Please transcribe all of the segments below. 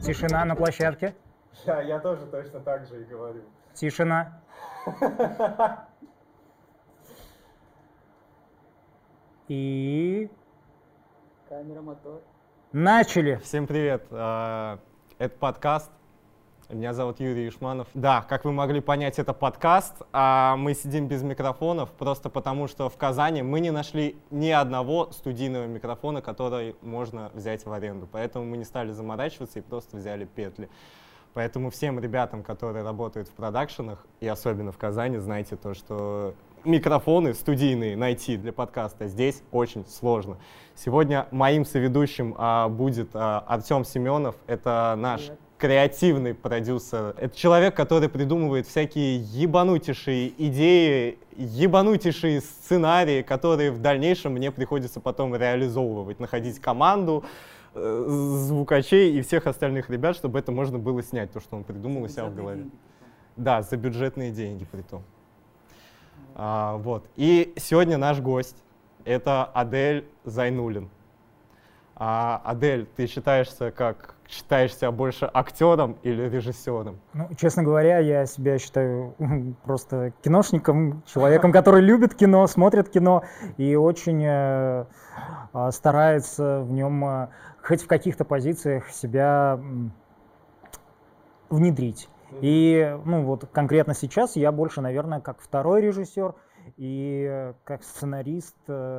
Тишина на площадке. Я тоже точно так же и говорю. Тишина. И... Камера, мотор. Начали. Всем привет. Это подкаст. Меня зовут Юрий Юшманов. Да, как вы могли понять, это подкаст, а мы сидим без микрофонов, просто потому что в Казани мы не нашли ни одного студийного микрофона, который можно взять в аренду. Поэтому мы не стали заморачиваться и просто взяли петли. Поэтому всем ребятам, которые работают в продакшенах, и особенно в Казани, знайте то, что микрофоны студийные найти для подкаста здесь очень сложно. Сегодня моим соведущим будет Артем Семенов. Это наш креативный продюсер. Это человек, который придумывает всякие ебанутейшие идеи, ебанутейшие сценарии, которые в дальнейшем мне приходится потом реализовывать, находить команду, звукачей и всех остальных ребят, чтобы это можно было снять, то, что он придумал у себя в голове. Да, за бюджетные деньги притом. Вот. И сегодня наш гость — это Адель Зайнуллин. Адель, ты считаешься больше актером или режиссером? Ну, честно говоря, я себя считаю просто киношником, человеком, который любит кино, смотрит кино и очень старается в нем хоть в каких-то позициях себя внедрить. И вот конкретно сейчас я больше, наверное, как второй режиссер и как сценарист.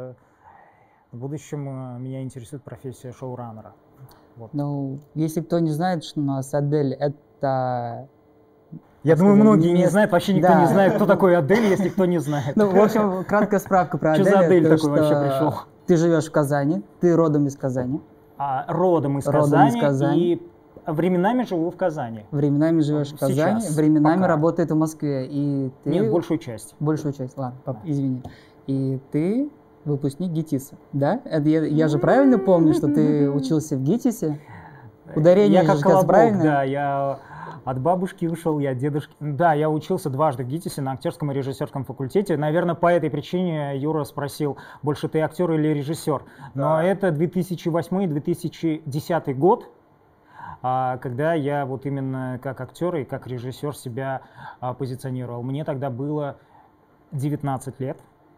В будущем меня интересует профессия шоураннера. Вот. Ну, если кто не знает, что у нас Адель — это... Я думаю, многие не знают, вообще никто не знает, кто такой Адель, если кто не знает. Ну, в общем, краткая справка про Адель. Что за Адель такой вообще пришел? Ты живешь в Казани, ты родом из Казани. Родом из Казани. И временами живу в Казани. Временами живешь в Казани, сейчас, временами пока. Работает в Москве. И ты... Нет, большую часть. Большую часть, ладно, пап, извини. И ты выпускник ГИТИСа, да? Я же правильно помню, что ты учился в ГИТИСе? Ударение я как же колобок, правильно? Да, я от бабушки ушел, я от дедушки. Да, я учился дважды в ГИТИСе на актерском и режиссерском факультете. Наверное, по этой причине Юра спросил, больше ты актер или режиссер. Но это 2008-2010 год, когда я вот именно как актер и как режиссер себя позиционировал. Мне тогда было 19 лет.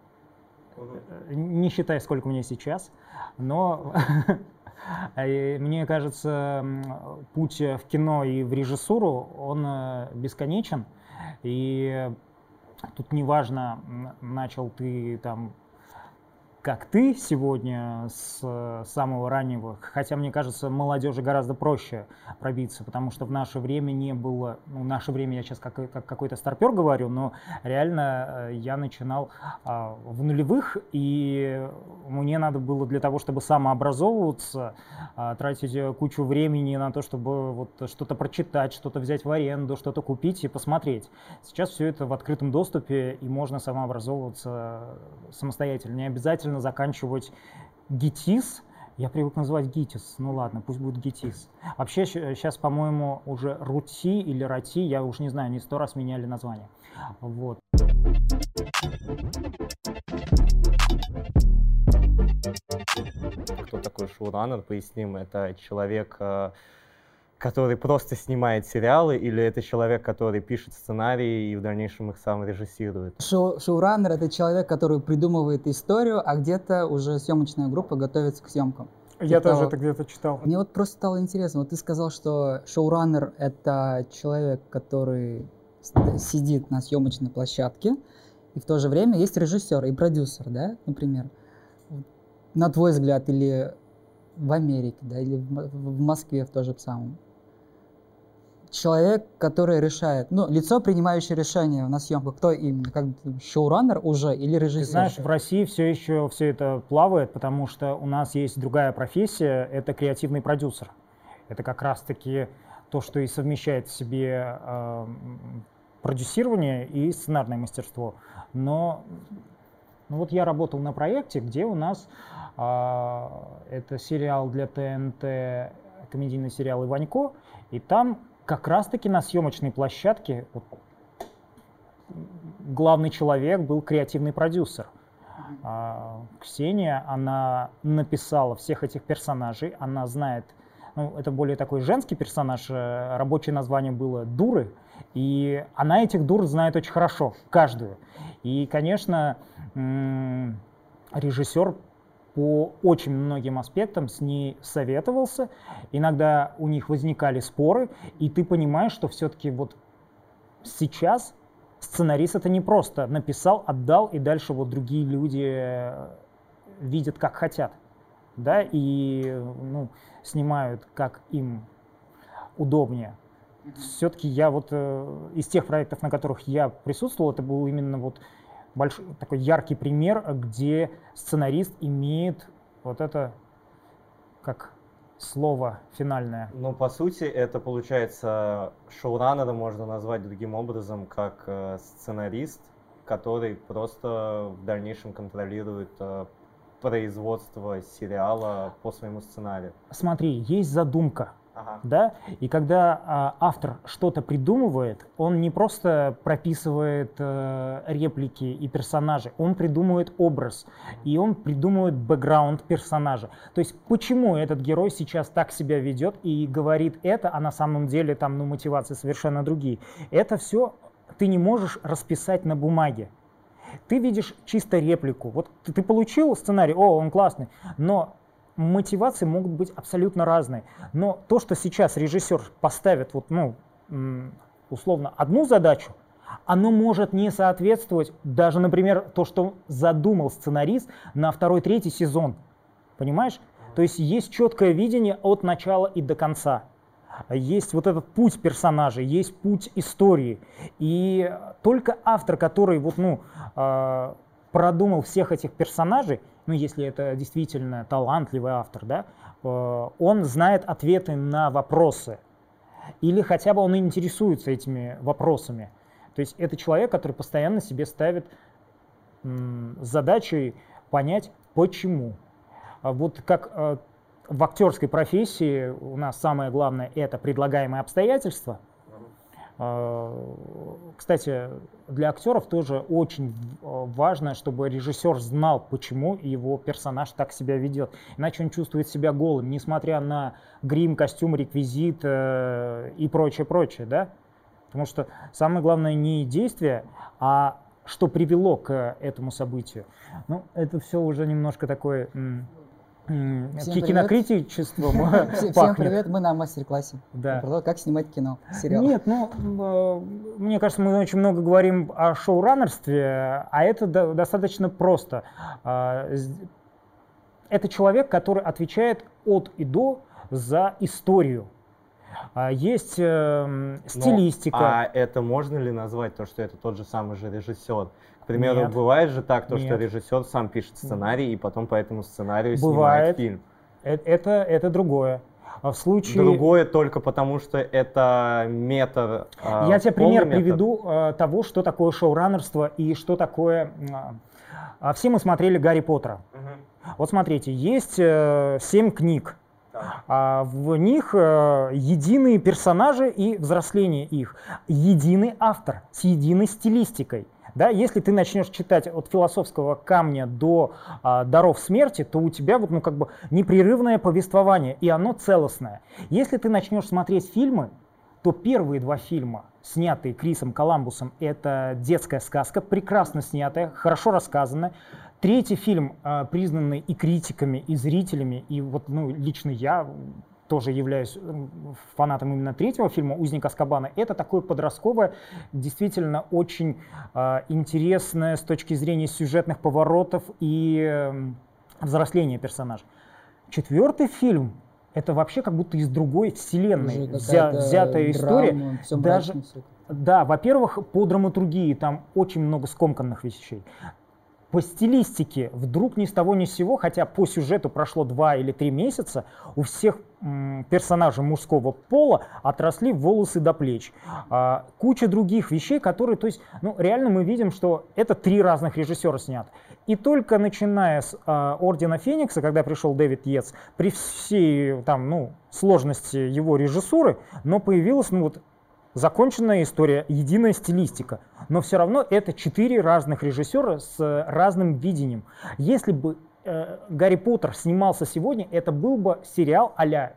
Не считая, сколько мне сейчас, но мне кажется, путь в кино и в режиссуру, он бесконечен, и тут неважно, начал ты там, как ты сегодня с самого раннего, хотя, мне кажется, молодежи гораздо проще пробиться, потому что в наше время не было, в наше время я сейчас как какой-то старпер говорю, но реально я начинал в нулевых, и мне надо было для того, чтобы самообразовываться, тратить кучу времени на то, чтобы вот что-то прочитать, что-то взять в аренду, что-то купить и посмотреть. Сейчас все это в открытом доступе, и можно самообразовываться самостоятельно, не обязательно заканчивать ГИТИС. Я привык называть ГИТИС, ну ладно, пусть будет ГИТИС. Вообще сейчас, по-моему, уже РУТИ или РАТИ, я уж не знаю, они 100 раз меняли название. Вот. Кто такой шоураннер, поясним, это человек, который просто снимает сериалы, или это человек, который пишет сценарии и в дальнейшем их сам режиссирует? Шоураннер — это человек, который придумывает историю, а где-то уже съемочная группа готовится к съемкам. Я тоже это где-то читал. Мне вот просто стало интересно, вот ты сказал, что шоураннер — это человек, который сидит на съемочной площадке, и в то же время есть режиссер и продюсер, да, например. На твой взгляд, или в Америке, да, или в Москве в том же самом. Человек, который решает, лицо, принимающее решение на съемках, кто именно, как шоураннер уже или режиссер? Ты знаешь, в России все еще все это плавает, потому что у нас есть другая профессия, это креативный продюсер. Это как раз-таки то, что и совмещает в себе продюсирование и сценарное мастерство. Но вот я работал на проекте, где у нас это сериал для ТНТ, комедийный сериал «Иванько», и там как раз-таки на съемочной площадке главный человек был креативный продюсер. Ксения, она написала всех этих персонажей, она знает ну, это более такой женский персонаж, рабочее название было «Дуры», и она этих дур знает очень хорошо, каждую. И, конечно, режиссер по очень многим аспектам с ней советовался, иногда у них возникали споры, и ты понимаешь, что все-таки вот сейчас сценарист это не просто написал, отдал, и дальше вот другие люди видят, как хотят, да, и ну, снимают, как им удобнее. Все-таки я вот из тех проектов, на которых я присутствовал, это был именно вот большой такой яркий пример, где сценарист имеет вот это как слово финальное. Ну, по сути, это получается шоураннера можно назвать другим образом, как сценарист, который просто в дальнейшем контролирует производство сериала по своему сценарию. Смотри, есть задумка. Ага. Да? И когда автор что-то придумывает, он не просто прописывает реплики и персонажи, он придумывает образ, и он придумывает бэкграунд персонажа. То есть почему этот герой сейчас так себя ведет и говорит это, а на самом деле там ну, мотивации совершенно другие. Это все ты не можешь расписать на бумаге. Ты видишь чисто реплику. Вот ты получил сценарий, о, он классный, но мотивации могут быть абсолютно разные. Но то, что сейчас режиссер поставит вот, ну, условно одну задачу, оно может не соответствовать даже, например, то, что задумал сценарист на второй, третий сезон. Понимаешь? То есть есть четкое видение от начала и до конца. Есть вот этот путь персонажей, есть путь истории. И только автор, который вот, ну, продумал всех этих персонажей, ну, если это действительно талантливый автор, да, он знает ответы на вопросы. Или хотя бы он интересуется этими вопросами. То есть это человек, который постоянно себе ставит задачей понять, почему. Вот как в актерской профессии у нас самое главное – это предлагаемые обстоятельства. Кстати, для актеров тоже очень важно, чтобы режиссер знал, почему его персонаж так себя ведет. Иначе он чувствует себя голым, несмотря на грим, костюм, реквизит и прочее, да? Потому что самое главное не действие, а что привело к этому событию. Ну, это все уже немножко такое кинокритичество Всем пахнет. привет, мы на мастер-классе. Да. Про то, как снимать кино, сериал. Нет, ну, мне кажется, мы очень много говорим о шоураннерстве, а это достаточно просто. Это человек, который отвечает от и до за историю. Есть стилистика. А это можно ли назвать то, что это тот же самый же режиссер? К примеру, Нет. бывает же так, то, что Нет. режиссер сам пишет сценарий и потом по этому сценарию Бывает. снимает фильм. Это другое. В случае... Другое только потому, что это метод. Я тебе пример полный метод. приведу того, что такое шоураннерство и что такое... Все мы смотрели «Гарри Поттера». Вот смотрите, есть 7 книг. В них единые персонажи и взросление их. Единый автор с единой стилистикой. Да, если ты начнешь читать от «Философского камня» до «Даров смерти», то у тебя вот, ну, как бы непрерывное повествование, и оно целостное. Если ты начнешь смотреть фильмы, то первые 2 фильма, снятые Крисом Коламбусом, это детская сказка, прекрасно снятая, хорошо рассказанная. 3-й фильм, признанный и критиками, и зрителями, и вот, ну, лично я тоже являюсь фанатом именно 3-го фильма «Узник Азкабана». Это такое подростковое, действительно очень интересное с точки зрения сюжетных поворотов и взросления персонажа. 4-й фильм — это вообще как будто из другой вселенной взятая история. Даже, да, во-первых, по драматургии там очень много скомканных вещей. По стилистике вдруг ни с того ни с сего, хотя по сюжету прошло 2 или 3 месяца, у всех персонажей мужского пола отросли волосы до плеч. Куча других вещей, которые, то есть, ну, реально мы видим, что это 3 разных режиссера снят. И только начиная с «Ордена Феникса», когда пришел Дэвид Йейтс, при всей там, ну, сложности его режиссуры, но появилась, ну, вот, законченная история, единая стилистика. Но все равно это 4 разных режиссера с разным видением. Если бы Гарри Поттер снимался сегодня, это был бы сериал а-ля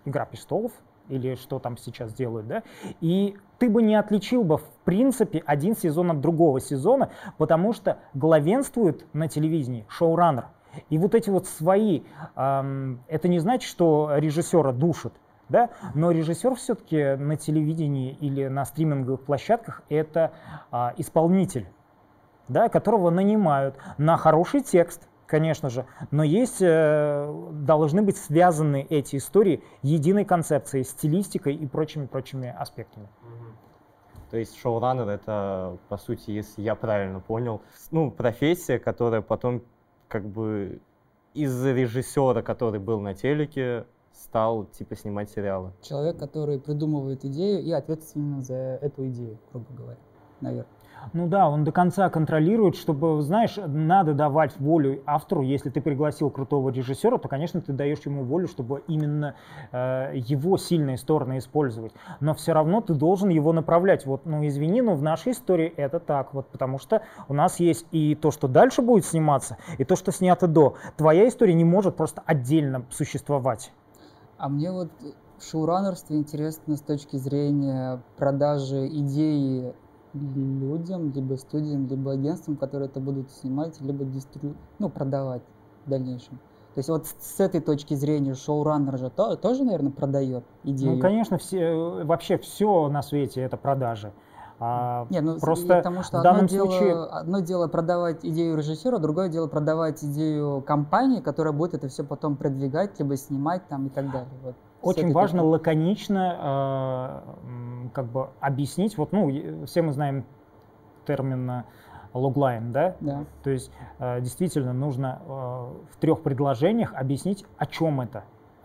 «Игра престолов» или что там сейчас делают, да, и ты бы не отличил бы, в принципе, один сезон от другого сезона, потому что главенствует на телевидении шоураннер. И вот эти вот свои, это не значит, что режиссера душат, да, но режиссер все-таки на телевидении или на стриминговых площадках это исполнитель, да, которого нанимают на хороший текст, конечно же, но есть, должны быть связаны эти истории единой концепцией, стилистикой и прочими аспектами. То есть шоураннер — это, по сути, если я правильно понял, ну, профессия, которая потом как бы из-за режиссера, который был на телеке, стал типа снимать сериалы. Человек, который придумывает идею и ответственен за эту идею, грубо говоря, наверное. Ну да, он до конца контролирует, чтобы, знаешь, надо давать волю автору. Если ты пригласил крутого режиссера, то, конечно, ты даешь ему волю, чтобы именно его сильные стороны использовать. Но все равно ты должен его направлять. Вот, ну извини, но в нашей истории это так. Вот, потому что у нас есть и то, что дальше будет сниматься, и то, что снято до. Твоя история не может просто отдельно существовать. А мне вот в шоураннерстве интересно с точки зрения продажи идеи людям, либо студиям, либо агентствам, которые это будут снимать, либо продавать в дальнейшем. То есть вот с этой точки зрения шоураннер же тоже, наверное, продает идею. Ну, конечно, вообще все на свете это продажи. Не, ну, просто потому что в данном случае... одно дело продавать идею режиссера, другое дело продавать идею компании, которая будет это все потом продвигать, либо снимать там и так далее. Вот. Очень важно лаконично как бы объяснить, вот, ну, все мы знаем термин логлайн, да? Да. То есть действительно нужно в 3 предложениях объяснить, о чем это.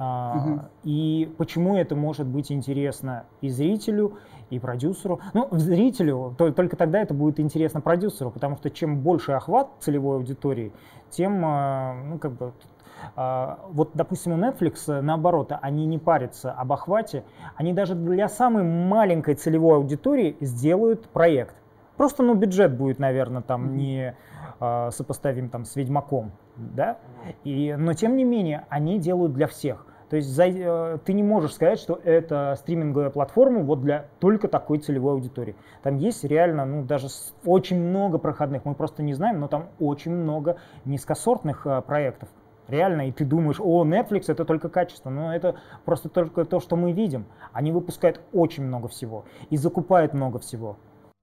И почему это может быть интересно и зрителю, и продюсеру. Ну, зрителю только тогда это будет интересно продюсеру, потому что чем больше охват целевой аудитории, тем, ну, как бы, вот, допустим, у Netflix, наоборот, они не парятся об охвате, они даже для самой маленькой целевой аудитории сделают проект. Просто, ну, бюджет будет, наверное, там не сопоставим там с «Ведьмаком», да? Но, тем не менее, они делают для всех. То есть ты не можешь сказать, что это стриминговая платформа вот для только такой целевой аудитории. Там есть реально, ну, даже очень много проходных, мы просто не знаем, но там очень много низкосортных проектов. Реально, и ты думаешь, о, Netflix это только качество, но это просто только то, что мы видим. Они выпускают очень много всего и закупают много всего.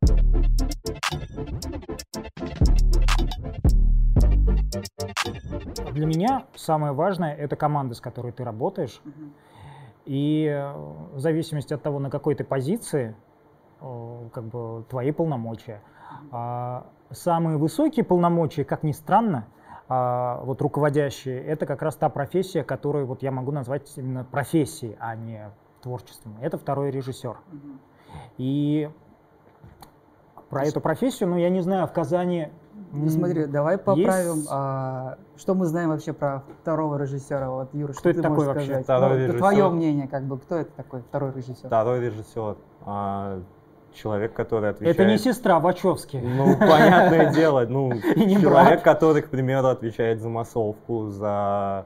Для меня самое важное — это команда, с которой ты работаешь. И в зависимости от того, на какой ты позиции, как бы твои полномочия. Самые высокие полномочия, как ни странно, вот руководящие, это как раз та профессия, которую вот я могу назвать именно профессией, а не творчеством. Это второй режиссер. И про эту профессию, ну, я не знаю, в Казани... Ну, смотри, давай поправим. Что мы знаем вообще про второго режиссера? Вот, Юра, кто что это ты такой можешь вообще? сказать? Твое мнение, как бы, кто это такой, второй режиссер? Второй режиссер. Человек, который отвечает... Это не сестра Вачовски. Ну, понятное дело. Ну, не человек, брат. который, к примеру, отвечает за массовку, за,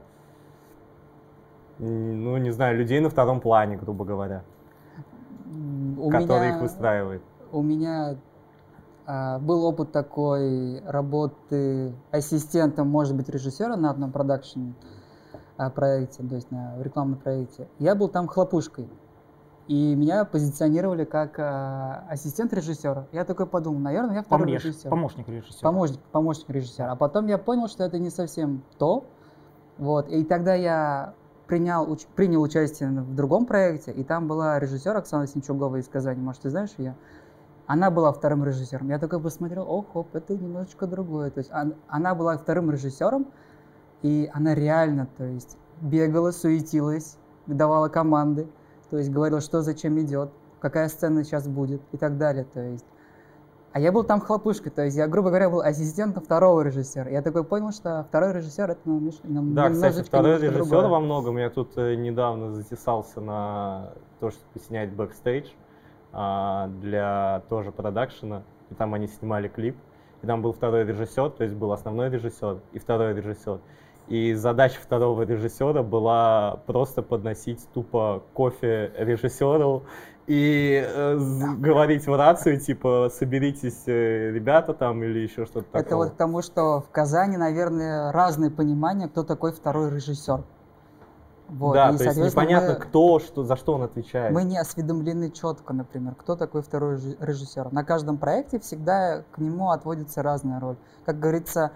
ну, не знаю, людей на втором плане, грубо говоря, который их выстраивает. У меня был опыт такой работы ассистентом, может быть, режиссера на одном продакшн-проекте, то есть в рекламном проекте. Я был там хлопушкой. И меня позиционировали как ассистент режиссера. Я такой подумал, наверное, я второй режиссер. Помощник режиссера. Помощник режиссера. А потом я понял, что это не совсем то. Вот. И тогда я принял участие в другом проекте, и там была режиссер Оксана Синчугова из Казани. Может, ты знаешь ее? Она была вторым режиссером. Я такой посмотрел, ох, это немножечко другое. То есть она была вторым режиссером, и она реально, то есть, бегала, суетилась, давала команды. То есть говорил, что зачем идет, какая сцена сейчас будет и так далее. То есть. А я был там хлопушкой, то есть я, грубо говоря, был ассистентом второго режиссера. Я такой понял, что второй режиссер — это да, кстати, второй режиссер во многом. Я тут недавно затесался на то, чтобы снять бэкстейдж для тоже продакшена. И там они снимали клип. И там был второй режиссер, то есть был основной режиссер и второй режиссер. и задача второго режиссера была просто подносить тупо кофе режиссеру и говорить в рацию, типа, соберитесь, ребята, там, или еще что-то такое. Это вот к тому, что в Казани, наверное, разные понимания, кто такой второй режиссер. Вот. Да, И, то есть непонятно, кто, за что он отвечает. Мы не осведомлены четко, например, кто такой второй режиссер. На каждом проекте всегда к нему отводится разная роль. Как говорится,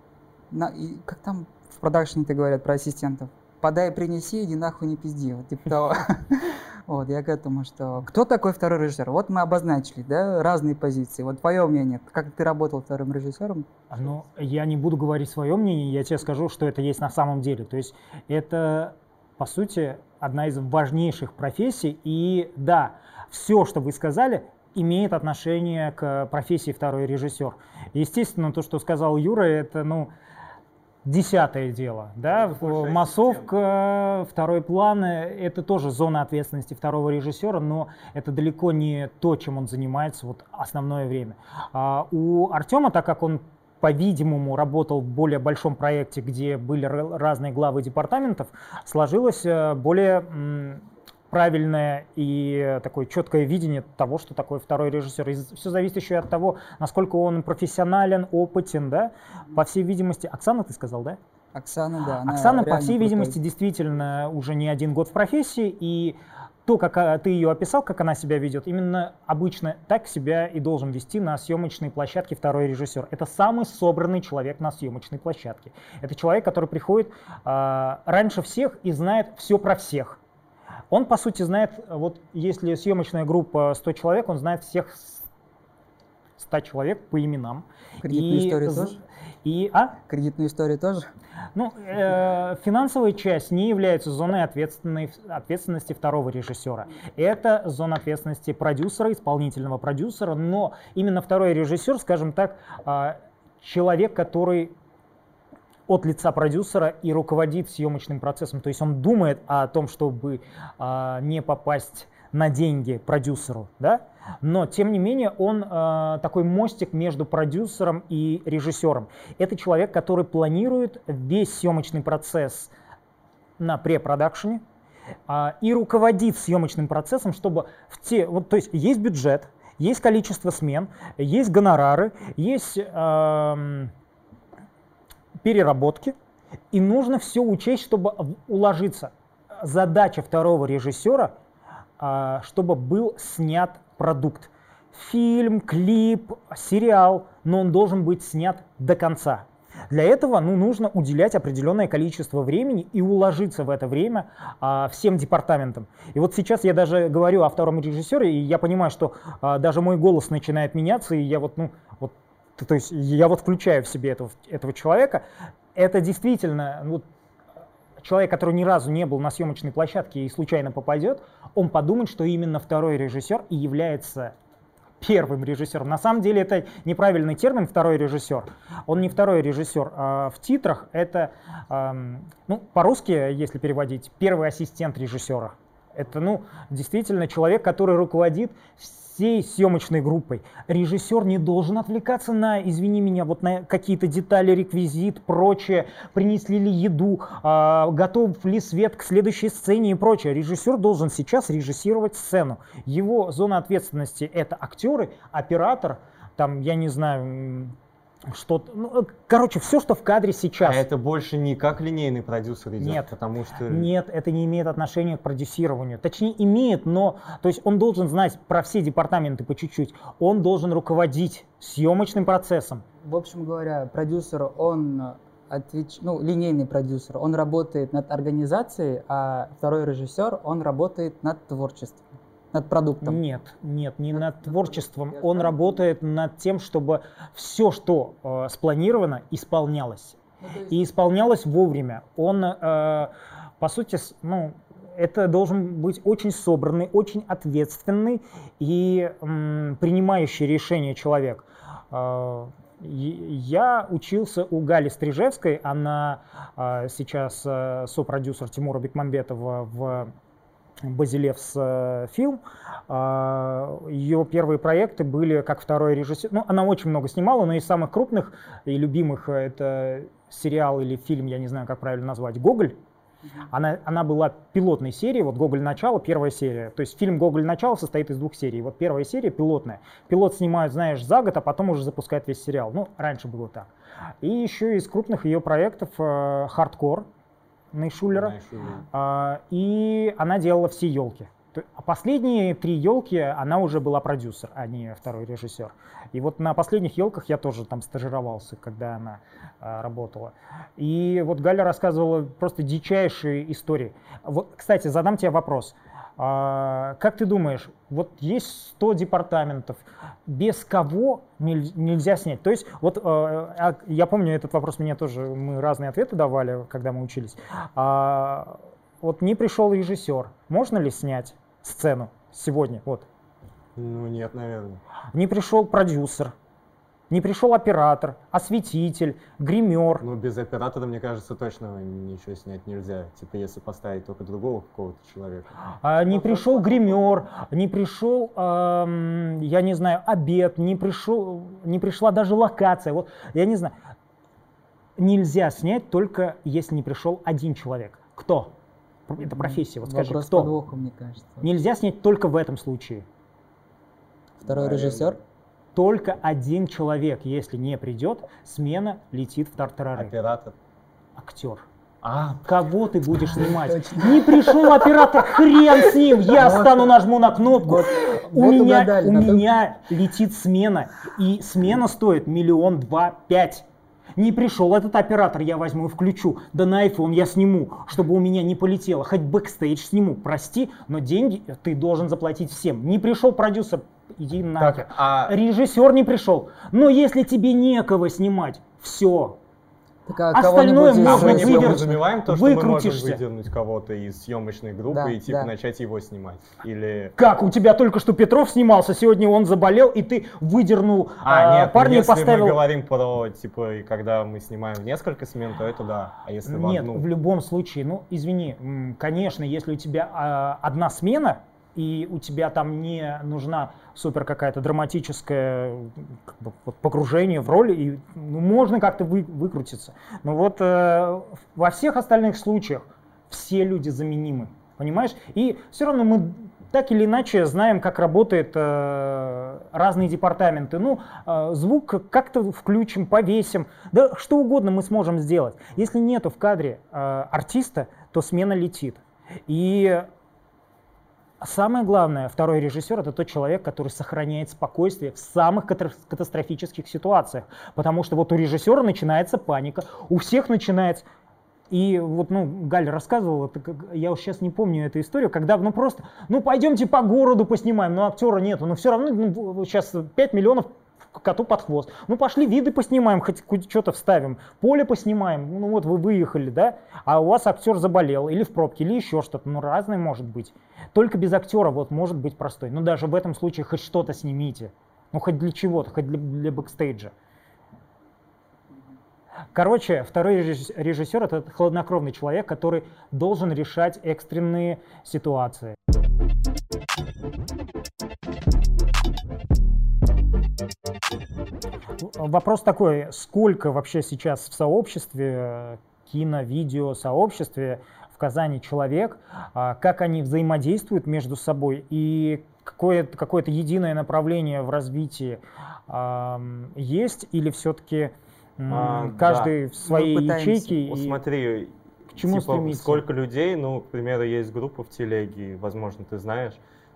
как там в продакшене-то говорят про ассистентов? Подай, принеси, иди нахуй не пизди. Вот типа того. Вот, я к этому, что... Кто такой второй режиссер? Вот мы обозначили, да, разные позиции. Вот твое мнение, как ты работал вторым режиссером? Ну, я не буду говорить свое мнение, я тебе скажу, что это есть на самом деле. То есть это, по сути, одна из важнейших профессий. И да, все, что вы сказали, имеет отношение к профессии второй режиссер. Естественно, то, что сказал Юра, это, ну, десятое дело, да, массовка, второй план, это тоже зона ответственности второго режиссера, но это далеко не то, чем он занимается вот основное время. У Артема, так как он, по-видимому, работал в более большом проекте, где были разные главы департаментов, сложилось более правильное и такое четкое видение того, что такое второй режиссер. И все зависит еще и от того, насколько он профессионален, опытен, да. По всей видимости, Оксана, ты сказал, да? Оксана, да. Оксана, по всей видимости, действительно уже не один год в профессии, и то, как ты ее описал, как она себя ведет, именно обычно так себя и должен вести на съемочной площадке второй режиссер. Это самый собранный человек на съемочной площадке. Это человек, который приходит раньше всех и знает все про всех. Он, по сути, знает, вот если съемочная группа 100 человек, он знает всех 100 человек по именам. Кредитную историю тоже? Кредитную историю тоже? Ну, финансовая часть не является зоной ответственности второго режиссера. Это зона ответственности продюсера, исполнительного продюсера, но именно второй режиссер, скажем так, человек, который от лица продюсера и руководит съемочным процессом. То есть он думает о том, чтобы не попасть на деньги продюсеру, да? Но тем не менее он такой мостик между продюсером и режиссером. Это человек, который планирует весь съемочный процесс на препродакшене и руководит съемочным процессом, чтобы то есть есть бюджет, есть количество смен, есть гонорары, есть переработки, и нужно все учесть, чтобы уложиться. Задача второго режиссера, чтобы был снят продукт. Фильм, клип, сериал, но он должен быть снят до конца. Для этого нужно уделять определенное количество времени и уложиться в это время всем департаментам. И вот сейчас я даже говорю о втором режиссере, и я понимаю, что даже мой голос начинает меняться, и я то есть я включаю в себе этого человека. Это действительно человек, который ни разу не был на съемочной площадке и случайно попадет, он подумает, что именно второй режиссер и является первым режиссером. На самом деле это неправильный термин «второй режиссер». Он не второй режиссер. В титрах это, по-русски, если переводить, первый ассистент режиссера. Это, действительно человек, который руководит всей съемочной группой. Режиссер не должен отвлекаться извини меня, на какие-то детали, реквизит, прочее, принесли ли еду, готов ли свет к следующей сцене и прочее. Режиссер должен сейчас режиссировать сцену. Его зона ответственности — это актеры, оператор, я не знаю, что-то, все, что в кадре сейчас. А это больше не как линейный продюсер идет? Нет, потому что... Нет, это не имеет отношения к продюсированию. Точнее, имеет, но то есть он должен знать про все департаменты по чуть-чуть. Он должен руководить съемочным процессом. В общем говоря, продюсер, он линейный продюсер, он работает над организацией, а второй режиссер, он работает над творчеством. Над продуктом? Нет, не над творчеством. Он работает над тем, чтобы все, что спланировано, исполнялось. И исполнялось вовремя. Он, по сути, это должен быть очень собранный, очень ответственный и принимающий решения человек. Я учился у Гали Стрижевской, она сейчас сопродюсер Тимура Бекмамбетова в Базилевс фильм. Ее первые проекты были как второй режиссер. Она очень много снимала, но из самых крупных и любимых это сериал или фильм, я не знаю, как правильно назвать, «Гоголь». Она была пилотной серией, вот «Гоголь. Начало», первая серия. То есть фильм «Гоголь. Начало» состоит из 2 серий. Вот первая серия пилотная. Пилот снимают, знаешь, за год, а потом уже запускают весь сериал. Ну, раньше было так. И еще из крупных ее проектов «Хардкор» Найшулера. И она делала все елки. А последние 3 елки она уже была продюсер, а не второй режиссер. И вот на последних елках я тоже там стажировался, когда она работала. И вот Галя рассказывала просто дичайшие истории. Вот, кстати, задам тебе вопрос. Как ты думаешь, вот есть 100 департаментов, без кого нельзя снять? То есть, вот я помню, этот вопрос мне тоже, мы разные ответы давали, когда мы учились. Вот не пришел режиссер, можно ли снять сцену сегодня? Вот. Ну нет, наверное. Не пришел продюсер, не пришел оператор, осветитель, гример. Ну без оператора, мне кажется, точно ничего снять нельзя. Типа если поставить только другого какого-то человека. Не пришел гример, не пришел, я не знаю, обед, не пришла даже локация. Вот, я не знаю. Нельзя снять только если не пришел один человек. Кто? Это профессия. Вот скажи, вопрос кто? подвоха, мне кажется. Нельзя снять только в этом случае. Второй режиссер? Только один человек, если не придет, смена летит в тартарары. Оператор. Актер. А, Кого ты будешь снимать? Не пришел оператор, хрен с ним, я встану, нажму на кнопку. У меня летит смена, и смена стоит 1 2 5 000. Не пришел этот оператор, я возьму и включу. Да на iPhone я сниму, чтобы у меня не полетело. Хоть бэкстейдж сниму, прости, но деньги ты должен заплатить всем. Не пришел продюсер, иди нахер. Режиссер не пришел. Но если тебе некого снимать, все. Остальное можно мы не подразумеваем то, что мы можем выкрутишься. выдернуть кого-то из съемочной группы Да, и типа да. начать его снимать. Или... Как? У тебя только что Петров снимался, сегодня он заболел, и ты выдернул нет, парня и если поставил... мы говорим про, типа, и когда мы снимаем в несколько смен, то это да. А если в Нет, одну? в любом случае, ну, извини, конечно, если у тебя одна смена, и у тебя там не нужна супер какая-то драматическое как бы, вот, погружение в роль, и ну, можно как-то выкрутиться. Но вот во всех остальных случаях все люди заменимы, понимаешь? И все равно мы так или иначе знаем, как работают разные департаменты. Ну, звук как-то включим, повесим, да что угодно мы сможем сделать. Если нету в кадре артиста, то смена летит. И самое главное, второй режиссер — это тот человек, который сохраняет спокойствие в самых катастрофических ситуациях. Потому что вот у режиссера начинается паника, у всех начинается... И вот, ну, Галя рассказывала, я уж сейчас не помню эту историю, когда, ну, просто, ну, пойдемте по городу поснимаем, но актера нету, но все равно ну, сейчас 5 миллионов коту под хвост. Ну, пошли виды поснимаем, хоть что-то вставим, поле поснимаем, ну, вот вы выехали, да, а у вас актер заболел, или в пробке, или еще что-то, ну, разное может быть. Только без актера вот может быть простой, но даже в этом случае хоть что-то снимите, ну, хоть для чего-то, хоть для бэкстейджа. Короче, второй режиссер — это хладнокровный человек, который должен решать экстренные ситуации. Вопрос такой, сколько вообще сейчас в сообществе, кино-видео сообществе в Казани человек, как они взаимодействуют между собой и какое-то единое направление в развитии есть или все-таки... каждый в своей ячейке. Смотри, к чему типа, стремиться? Сколько людей, ну, к примеру, есть группа в телеге, возможно, ты знаешь,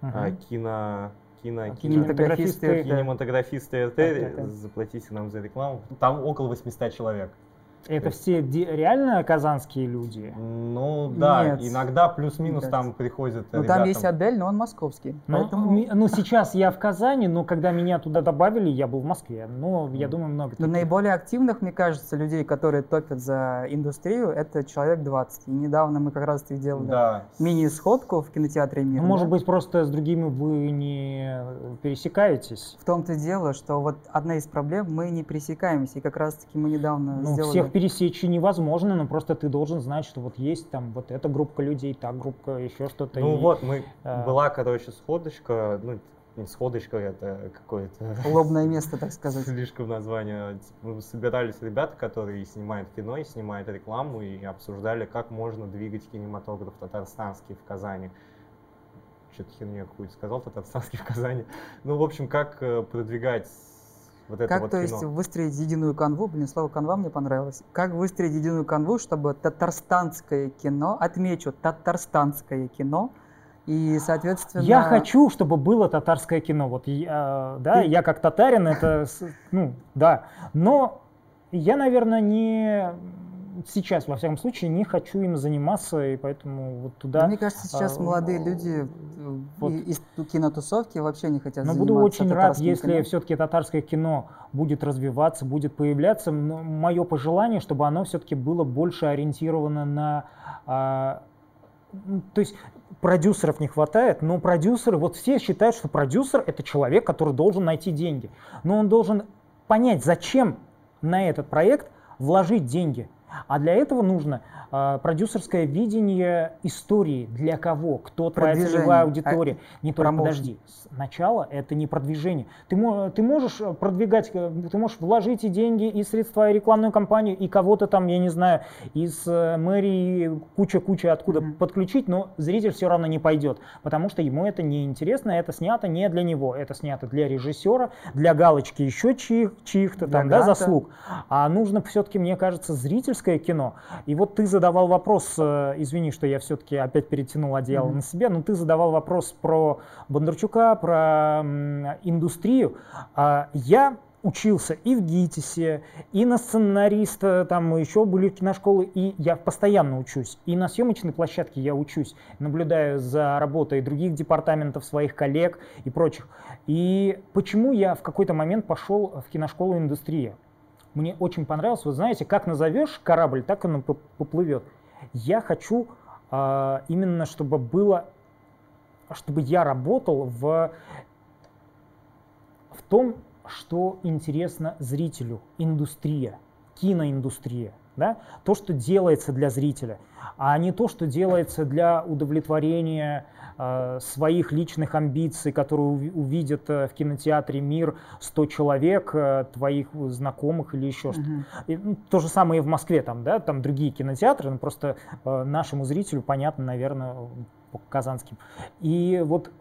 кинематографисты РТ, заплатите нам за рекламу. Там около 800 человек. Это все реально казанские люди? Ну да, Нет, иногда плюс-минус там приходят Ну там есть Адель, но он московский. Ну сейчас я в Казани, но когда меня туда добавили, я был в Москве. Но я думаю, много Но наиболее активных, мне кажется, людей, которые топят за индустрию, это человек 20. И недавно мы как раз делали мини-сходку в кинотеатре «Мир». Ну, может быть, просто с другими вы не пересекаетесь? В том-то и дело, что вот одна из проблем, мы не пересекаемся. И как раз-таки мы недавно сделали... Всех пересечь невозможно, но просто ты должен знать, что вот есть там вот эта группа людей, та группа, еще что-то. Ну вот, была, короче, сходочка, ну, Сходочка — это какое-то Лобное место, так сказать. слишком название. Мы собирались ребята, которые снимают кино и снимают рекламу, и обсуждали, как можно двигать кинематограф татарстанский в Казани. Что-то херню какую-то сказал, татарстанский в Казани. Ну, в общем, как продвигать вот это Как, вот то кино. есть, выстроить единую канву, блин, слово канва мне понравилось. Как выстроить единую канву, чтобы татарстанское кино, отмечу, татарстанское кино, и, соответственно... Я хочу, чтобы было татарское кино. Вот я как татарин, ну, да. Но я, наверное, сейчас, во всяком случае, не хочу им заниматься, и поэтому вот туда... Мне кажется, сейчас молодые люди вот. из кинотусовки вообще не хотят Но заниматься буду очень рад, татарским если кино. все-таки татарское кино будет развиваться, будет появляться. Но мое пожелание, чтобы оно все-таки было больше ориентировано на... то есть продюсеров не хватает, но продюсеры, вот все считают, что продюсер — это человек, который должен найти деньги. Но он должен понять, зачем на этот проект вложить деньги. А для этого нужно продюсерское видение истории. Для кого? Кто твоя целевая аудитория? Не только, подожди, сначала это не продвижение. Ты можешь продвигать, ты можешь вложить и деньги, и средства, и рекламную кампанию, и кого-то там, я не знаю, из мэрии куча откуда подключить, но зритель все равно не пойдет, потому что ему это не интересно, это снято не для него, это снято для режиссера, для галочки еще чьих-то там, да, заслуг. А нужно все-таки, мне кажется, зрительское кино. И вот ты задавал вопрос, извини, что я все-таки опять перетянул одеяло на себя, но ты задавал вопрос про Бондарчука, про индустрию. Я учился и в ГИТИСе, и на сценариста, там мы еще были киношколы, и я постоянно учусь. И на съемочной площадке я учусь, наблюдаю за работой других департаментов, своих коллег и прочих. И почему я в какой-то момент пошел в киношколу индустрии? Мне очень понравилось, вы знаете, как назовешь корабль, так он поплывет. Я хочу именно, чтобы я работал в том, что интересно зрителю, индустрия, киноиндустрия, да? То, что делается для зрителя, а не то, что делается для удовлетворения своих личных амбиций, которые увидят в кинотеатре «Мир» 100 человек, твоих знакомых или еще что-то. То же самое и в Москве, там другие кинотеатры, но просто нашему зрителю понятно, наверное, по казанским. И вот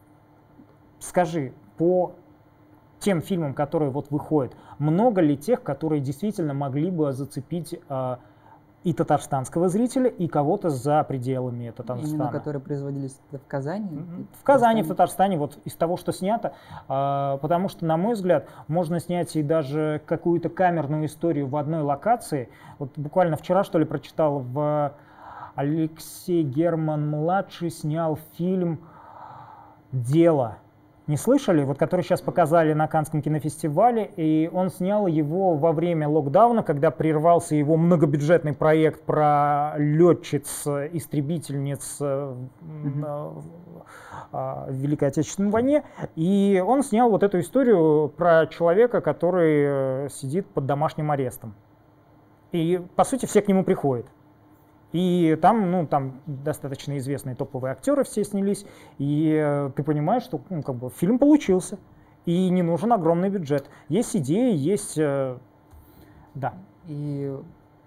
скажи, по тем фильмам, которые вот выходят, много ли тех, которые действительно могли бы зацепить и татарстанского зрителя, и кого-то за пределами Татарстана? Именно которые производились в Казани? В Казани, в Татарстане, вот из того, что снято, потому что, на мой взгляд, можно снять и даже какую-то камерную историю в одной локации. Вот буквально вчера, что ли, прочитал, Алексей Герман-младший снял фильм «Дело». Не слышали? Вот который сейчас показали на Каннском кинофестивале, и он снял его во время локдауна, когда прервался его многобюджетный проект про летчиц-истребительниц в Великой Отечественной войне, и он снял вот эту историю про человека, который сидит под домашним арестом. И, по сути, все к нему приходят. И там достаточно известные топовые актеры все снялись, и ты понимаешь, что фильм получился, и не нужен огромный бюджет. Есть идеи, есть... да. И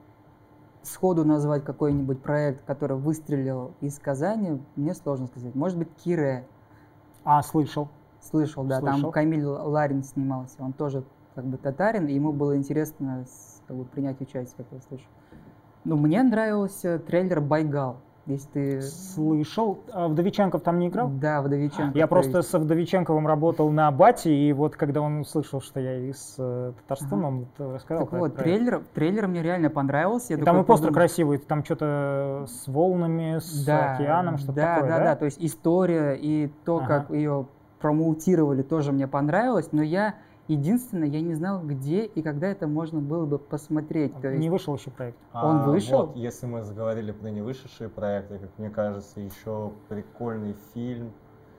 сходу назвать какой-нибудь проект, который выстрелил из Казани, мне сложно сказать. Может быть, Кире. Слышал. Слышал, да. Слышал. Там Камиль Ларин снимался. Он тоже татарин, и ему было интересно принять участие, как я слышу. Ну, мне нравился трейлер «Байгал», если ты... Слышал. А Вдовиченков там не играл? Да, Вдовиченков. Я просто с Вдовиченковым работал на Бате, и вот когда он услышал, что я из Татарстана, он рассказал. Так вот, трейлер мне реально понравился. Там и постер красивый, там что-то с волнами, с океаном, что-то такое, да? Да, то есть история и то, как ее промоутировали, тоже мне понравилось, но единственное, я не знал, где и когда это можно было бы посмотреть. То есть... Не вышел еще проект? Он вышел? Вот, если мы заговорили про невышедшие проекты, как мне кажется, еще прикольный фильм.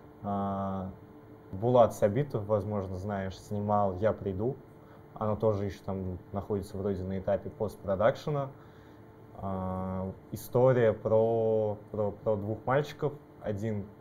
Булат Сабитов, возможно, знаешь, снимал «Я приду». Оно тоже еще там находится вроде на этапе постпродакшена. История про двух мальчиков. Один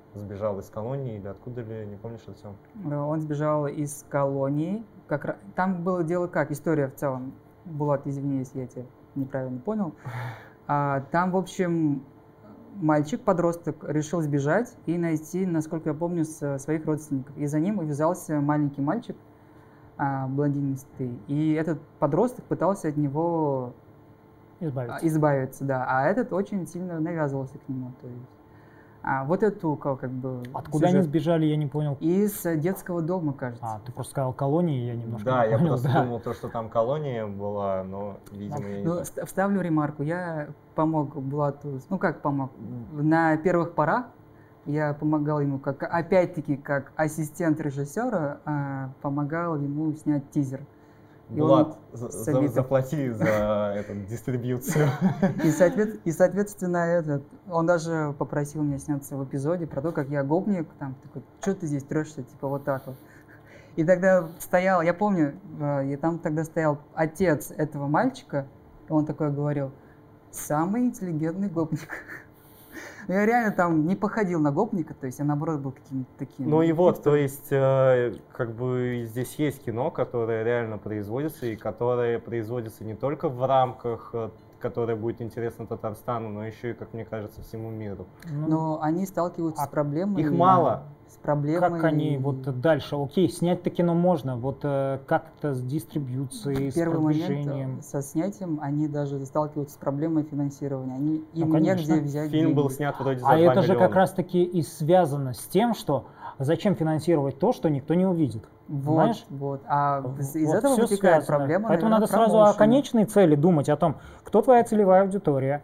сбежал из колонии или откуда ли, не помнишь, Артем? Он сбежал из колонии. Там было дело как, история в целом. Булат, извини, если я тебя неправильно понял. Там, в общем, мальчик-подросток решил сбежать и найти, насколько я помню, своих родственников. И за ним увязался маленький мальчик, блондинистый. И этот подросток пытался от него избавиться, да. А этот очень сильно навязывался к нему. То есть, вот эту как бы... Откуда они сбежали, я не понял. Из детского дома, кажется. Ты просто сказал колонии, я немножко Да, не я понял, просто да. думал, что там колония была, но, видимо, я не так. Вставлю ремарку. Я помог Булату, как помог? На первых порах я помогал ему, опять-таки, как ассистент режиссера, помогал ему снять тизер. Булат, заплати за эту дистрибьюцию. И, соответственно, он даже попросил меня сняться в эпизоде про то, как я гопник, там, такой, что ты здесь трешься, типа вот так вот. И тогда стоял, я помню, там тогда стоял отец этого мальчика, и он такой говорил: самый интеллигентный гопник. Я реально там не походил на гопника, то есть я наоборот был каким-то таким. Ну и вот, то есть, как бы здесь есть кино, которое реально производится, и которое производится не только в рамках, которое будет интересно Татарстану, но еще и, как мне кажется, всему миру. Но они сталкиваются с проблемой. Их мало. С проблемой. Как они вот дальше? Окей, снять-то кино можно, вот как-то с дистрибьюцией, с продвижением. Момент со снятием они даже сталкиваются с проблемой финансирования. Им конечно. негде взять Фильм деньги. был снят вроде за 2 это миллиона. же как раз-таки и связано с тем, что зачем финансировать то, что никто не увидит. Понимаешь? Вот. А из Вот этого всё вытекает связано. проблема. Поэтому наверное, надо сразу о конечной цели думать, о том, кто твоя целевая аудитория,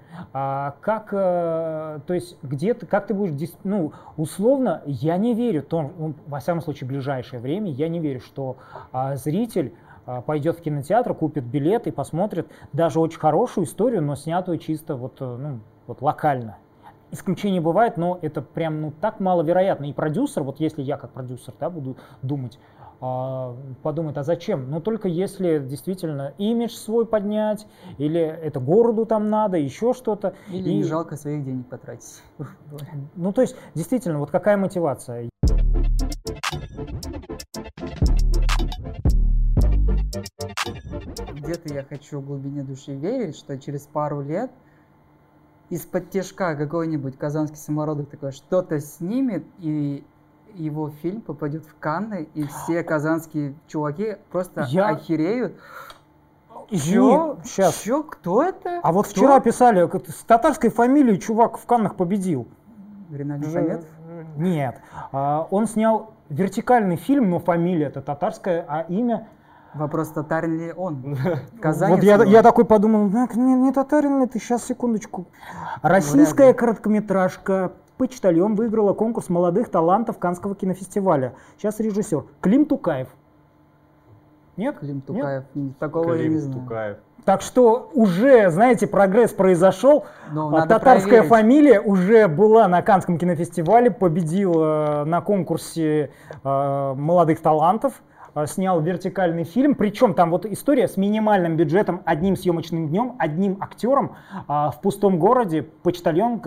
то есть как ты будешь, условно, я не верю, во всяком случае, в ближайшее время, я не верю, что зритель пойдет в кинотеатр, купит билет и посмотрит даже очень хорошую историю, но снятую чисто вот локально. Исключения бывает, но это прям так маловероятно. И продюсер, вот если я как продюсер буду думать, подумать, а зачем? Но только если действительно имидж свой поднять, или это городу там надо, еще что-то. Или не жалко своих денег потратить. То есть, действительно, вот какая мотивация? Где-то я хочу в глубине души верить, что через пару лет из-под тяжка какой-нибудь казанский самородок такой что-то снимет, и его фильм попадет в Канны, и все казанские чуваки просто охереют. Чё? Кто это? А вот вчера писали, с татарской фамилией чувак в Каннах победил. Ринальд Мухаметов? Нет. Он снял вертикальный фильм, но фамилия это татарская, а имя... Вопрос, татарин ли он? Вот я такой подумал, не татарин ли ты, сейчас, секундочку. Российская короткометражка «Почтальон» выиграла конкурс молодых талантов Каннского кинофестиваля. Сейчас режиссер Клим Тукаев. Нет? Клим Тукаев. Такого я не знаю. Тукаев. Так что уже, знаете, прогресс произошел. Татарская фамилия уже была на Каннском кинофестивале, победила на конкурсе молодых талантов. Снял вертикальный фильм, причем там вот история с минимальным бюджетом, одним съемочным днем, одним актером в пустом городе, почтальон,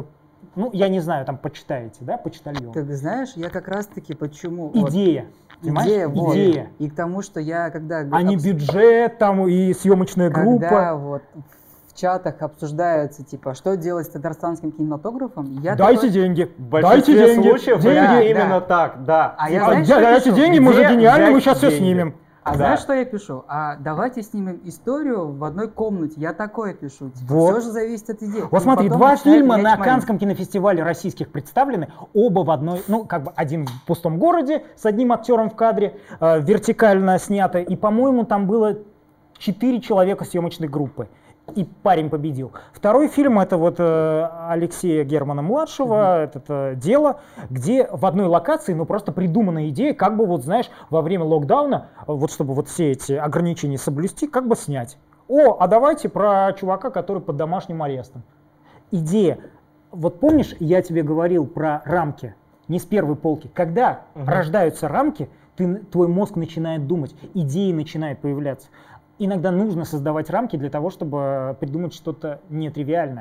я не знаю, там почитаете, да, почтальон. Ты знаешь, я как раз-таки почему... Идея. Идея. И к тому, что я когда... А не бюджет там и съемочная группа. Когда вот в чатах обсуждаются, типа, что делать с татарстанским кинематографом, дайте деньги. Дайте деньги. Деньги именно так, да. Дайте деньги, мы же гениальны, мы сейчас все снимем. Знаешь, что я пишу? Давайте снимем историю в одной комнате. Я такое пишу. Вот. Все же зависит от идеи. Вот смотри, 2 фильма на Каннском кинофестивале российских представлены, оба в одной, один в пустом городе с одним актером в кадре, вертикально снято, и, по-моему, там было 4 человека съемочной группы. И парень победил. Второй фильм это вот Алексея Германа-младшего, это «Дело», где в одной локации, просто придуманная идея, как бы во время локдауна, чтобы все эти ограничения соблюсти, как бы снять. А давайте про чувака, который под домашним арестом. Идея. Вот помнишь, я тебе говорил про рамки, не с первой полки. Когда рождаются рамки, твой мозг начинает думать, идеи начинают появляться. Иногда нужно создавать рамки для того, чтобы придумать что-то нетривиальное.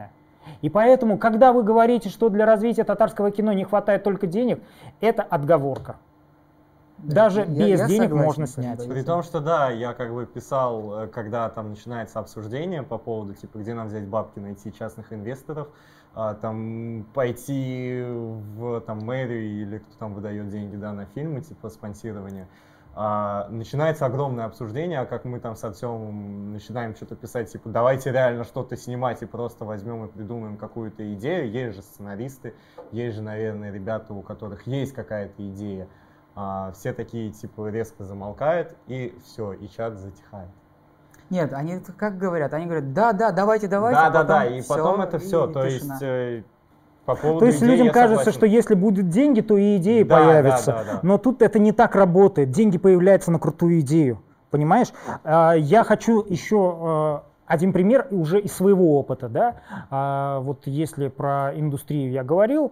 И поэтому, когда вы говорите, что для развития татарского кино не хватает только денег, это отговорка. Даже без денег можно снять. При том, что да, я как бы писал, когда там начинается обсуждение по поводу, типа, где нам взять бабки, найти частных инвесторов, там пойти в там, мэрию или кто там выдает деньги, да, на фильмы, типа спонсирование. Начинается огромное обсуждение, как мы там с Артемом начинаем что-то писать, типа, давайте реально что-то снимать и просто возьмем и придумаем какую-то идею. Есть же сценаристы, есть же, наверное, ребята, у которых есть какая-то идея. Все такие, типа, резко замолкают, и все, и чат затихает. Нет, они как говорят? Они говорят, да, давайте. Да, и потом это все, то есть... По поводу то есть идей людям кажется, согласен. что если будут деньги, то и идеи появятся. Да. Но тут это не так работает. Деньги появляются на крутую идею. Понимаешь? Я хочу еще один пример уже из своего опыта. Да? Вот если про индустрию я говорил,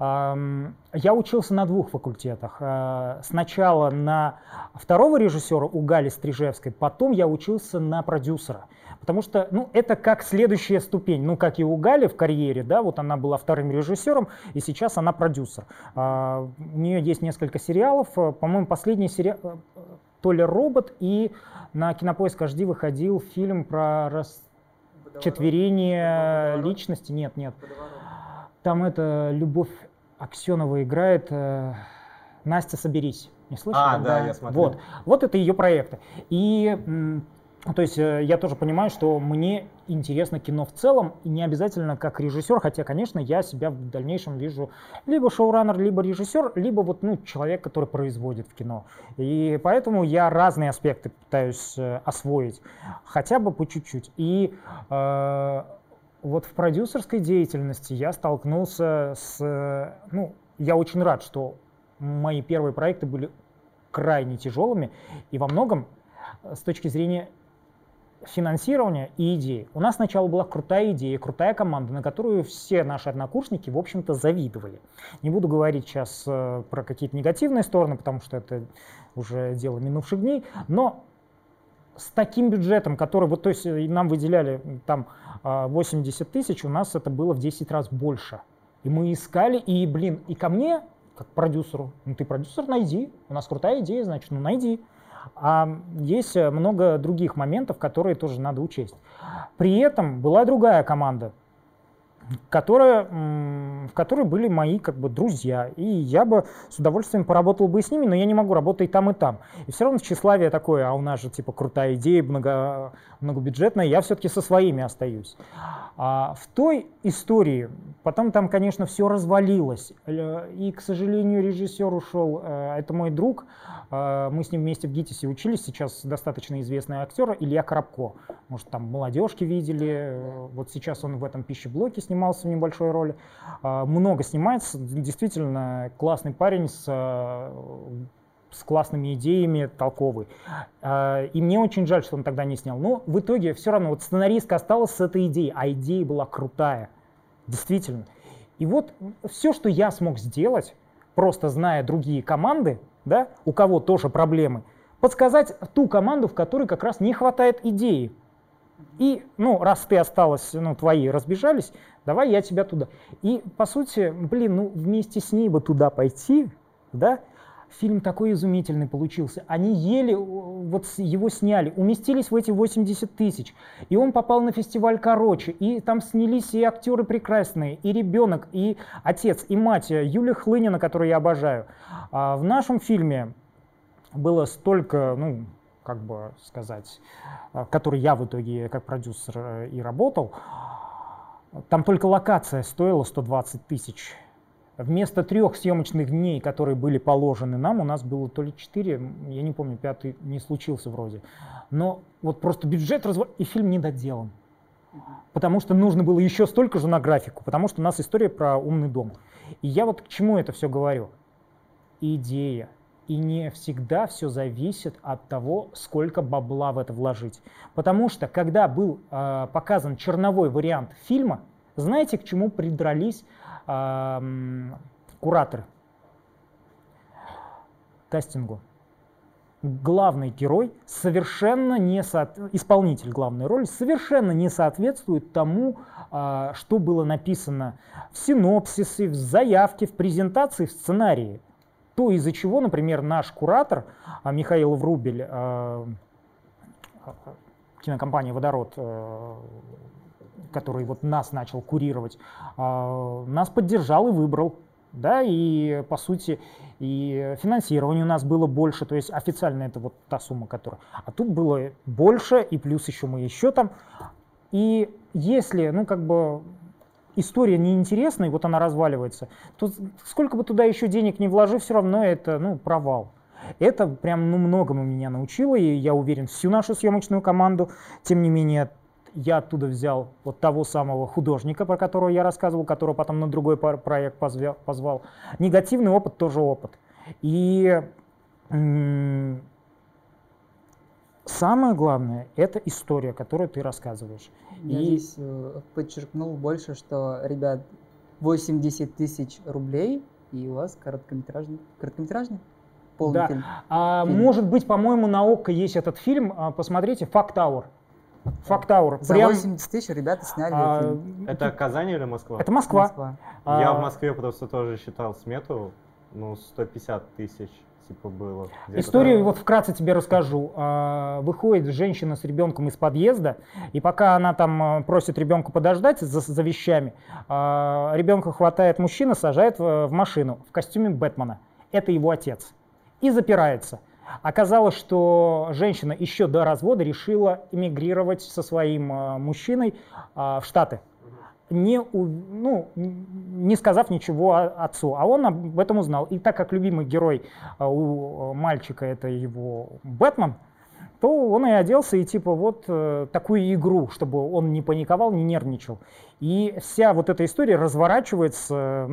я учился на 2 факультетах. Сначала на второго режиссера у Гали Стрижевской, потом я учился на продюсера. Потому что, ну, это как следующая ступень, ну, как и у Гали в карьере, да, вот она была 2-м режиссером, и сейчас она продюсер. У нее есть несколько сериалов, по-моему, последний сериал, то ли «Робот», и на Кинопоиск HD выходил фильм про расчетверение личности, нет, там это Любовь Аксенова играет, Настя, соберись, не слышал? Да, я смотрел. Вот это ее проекты. И то есть я тоже понимаю, что мне интересно кино в целом, и не обязательно как режиссер, хотя, конечно, я себя в дальнейшем вижу либо шоураннер, либо режиссер, либо вот, ну, человек, который производит в кино. И поэтому я разные аспекты пытаюсь освоить, хотя бы по чуть-чуть. И вот в продюсерской деятельности я столкнулся с... Ну, я очень рад, что мои первые проекты были крайне тяжелыми, и во многом с точки зрения финансирования и идей. У нас сначала была крутая идея, крутая команда, на которую все наши однокурсники, в общем-то, завидовали. Не буду говорить сейчас про какие-то негативные стороны, потому что это уже дело минувших дней, но с таким бюджетом, который, вот, то есть нам выделяли там 80 тысяч, у нас это было в 10 раз больше. И мы искали, и, блин, и ко мне, как продюсеру, ну ты продюсер, найди, у нас крутая идея, значит, ну найди. А есть много других моментов, которые тоже надо учесть. При этом была другая команда, в которой были мои как бы друзья. И я бы с удовольствием поработал бы и с ними, но я не могу работать там и там. И все равно тщеславие такое, а у нас же типа крутая идея, многобюджетная, я все-таки со своими остаюсь. А в той истории, потом там, конечно, все развалилось. И, к сожалению, режиссер ушел, это мой друг, мы с ним вместе в ГИТИСе учились, сейчас достаточно известный актер Илья Коробко. Может, там молодежки видели, вот сейчас он в этом пищеблоке снимался в небольшой роли. Много снимается, действительно классный парень с классными идеями, толковый. И мне очень жаль, что он тогда не снял. Но в итоге все равно вот сценаристка осталась с этой идеей, а идея была крутая, действительно. И вот все, что я смог сделать, просто зная другие команды, да, у кого тоже проблемы, подсказать ту команду, в которой как раз не хватает идеи. И, ну, раз ты осталась, ну, твои разбежались, давай я тебя туда. И, по сути, блин, ну, вместе с ней бы туда пойти, да, фильм такой изумительный получился. Они еле вот его сняли, уместились в эти 80 тысяч. И он попал на фестиваль «Короче». И там снялись и актеры прекрасные, и ребенок, и отец, и мать, Юлия Хлынина, которую я обожаю. А в нашем фильме было столько, ну, как бы сказать, который я в итоге как продюсер и работал. Там только локация стоила 120 тысяч. Вместо 3 съемочных дней, которые были положены нам, у нас было то ли 4, я не помню, 5-й не случился вроде. Но вот просто бюджет и фильм не доделан. Потому что нужно было еще столько же на графику, потому что у нас история про умный дом. И я вот к чему это все говорю? Идея. И не всегда все зависит от того, сколько бабла в это вложить. Потому что, когда был показан черновой вариант фильма, знаете, к чему придрались кураторы? Кастингу. главный герой совершенно исполнитель главной роли совершенно не соответствует тому, что было написано в синопсисе, в заявке, в презентации, в сценарии. То, из-за чего, например, наш куратор Михаил Врубель, кинокомпания «Водород», который вот нас начал курировать, нас поддержал и выбрал. Да, и по сути и финансирование у нас было больше, то есть официально это вот та сумма, которая, а тут было больше, и плюс еще мы еще там. И если, ну как бы история неинтересна, и вот она разваливается, то сколько бы туда еще денег не вложи, все равно это, ну, провал. Это прям, ну, многому меня научило, и я уверен, всю нашу съемочную команду. Тем не менее, я оттуда взял вот того самого художника, про которого я рассказывал, которого потом на другой проект позвал. Негативный опыт тоже опыт. И самое главное — это история, которую ты рассказываешь. Я здесь подчеркнул больше, что, ребят, 80 тысяч рублей, и у вас короткометражный полный да. фильм. Может быть, по-моему, на ОККО есть этот фильм. Посмотрите, «Фактауэр». «Фактауэр». За 80 тысяч ребята сняли фильм. Это Казань или Москва? Это Москва. Я в Москве просто тоже считал смету, ну, 150 тысяч типа было. Историю вот вкратце тебе расскажу. Выходит женщина с ребенком из подъезда, и пока она там просит ребенка подождать за вещами, ребенка хватает мужчина, сажает в машину в костюме Бэтмена. Это его отец. И запирается. Оказалось, что женщина еще до развода решила эмигрировать со своим мужчиной в Штаты, не сказав ничего отцу. А он об этом узнал. И так как любимый герой у мальчика — это его Бэтмен, то он и оделся, и типа вот такую игру, чтобы он не паниковал, не нервничал. И вся вот эта история разворачивается,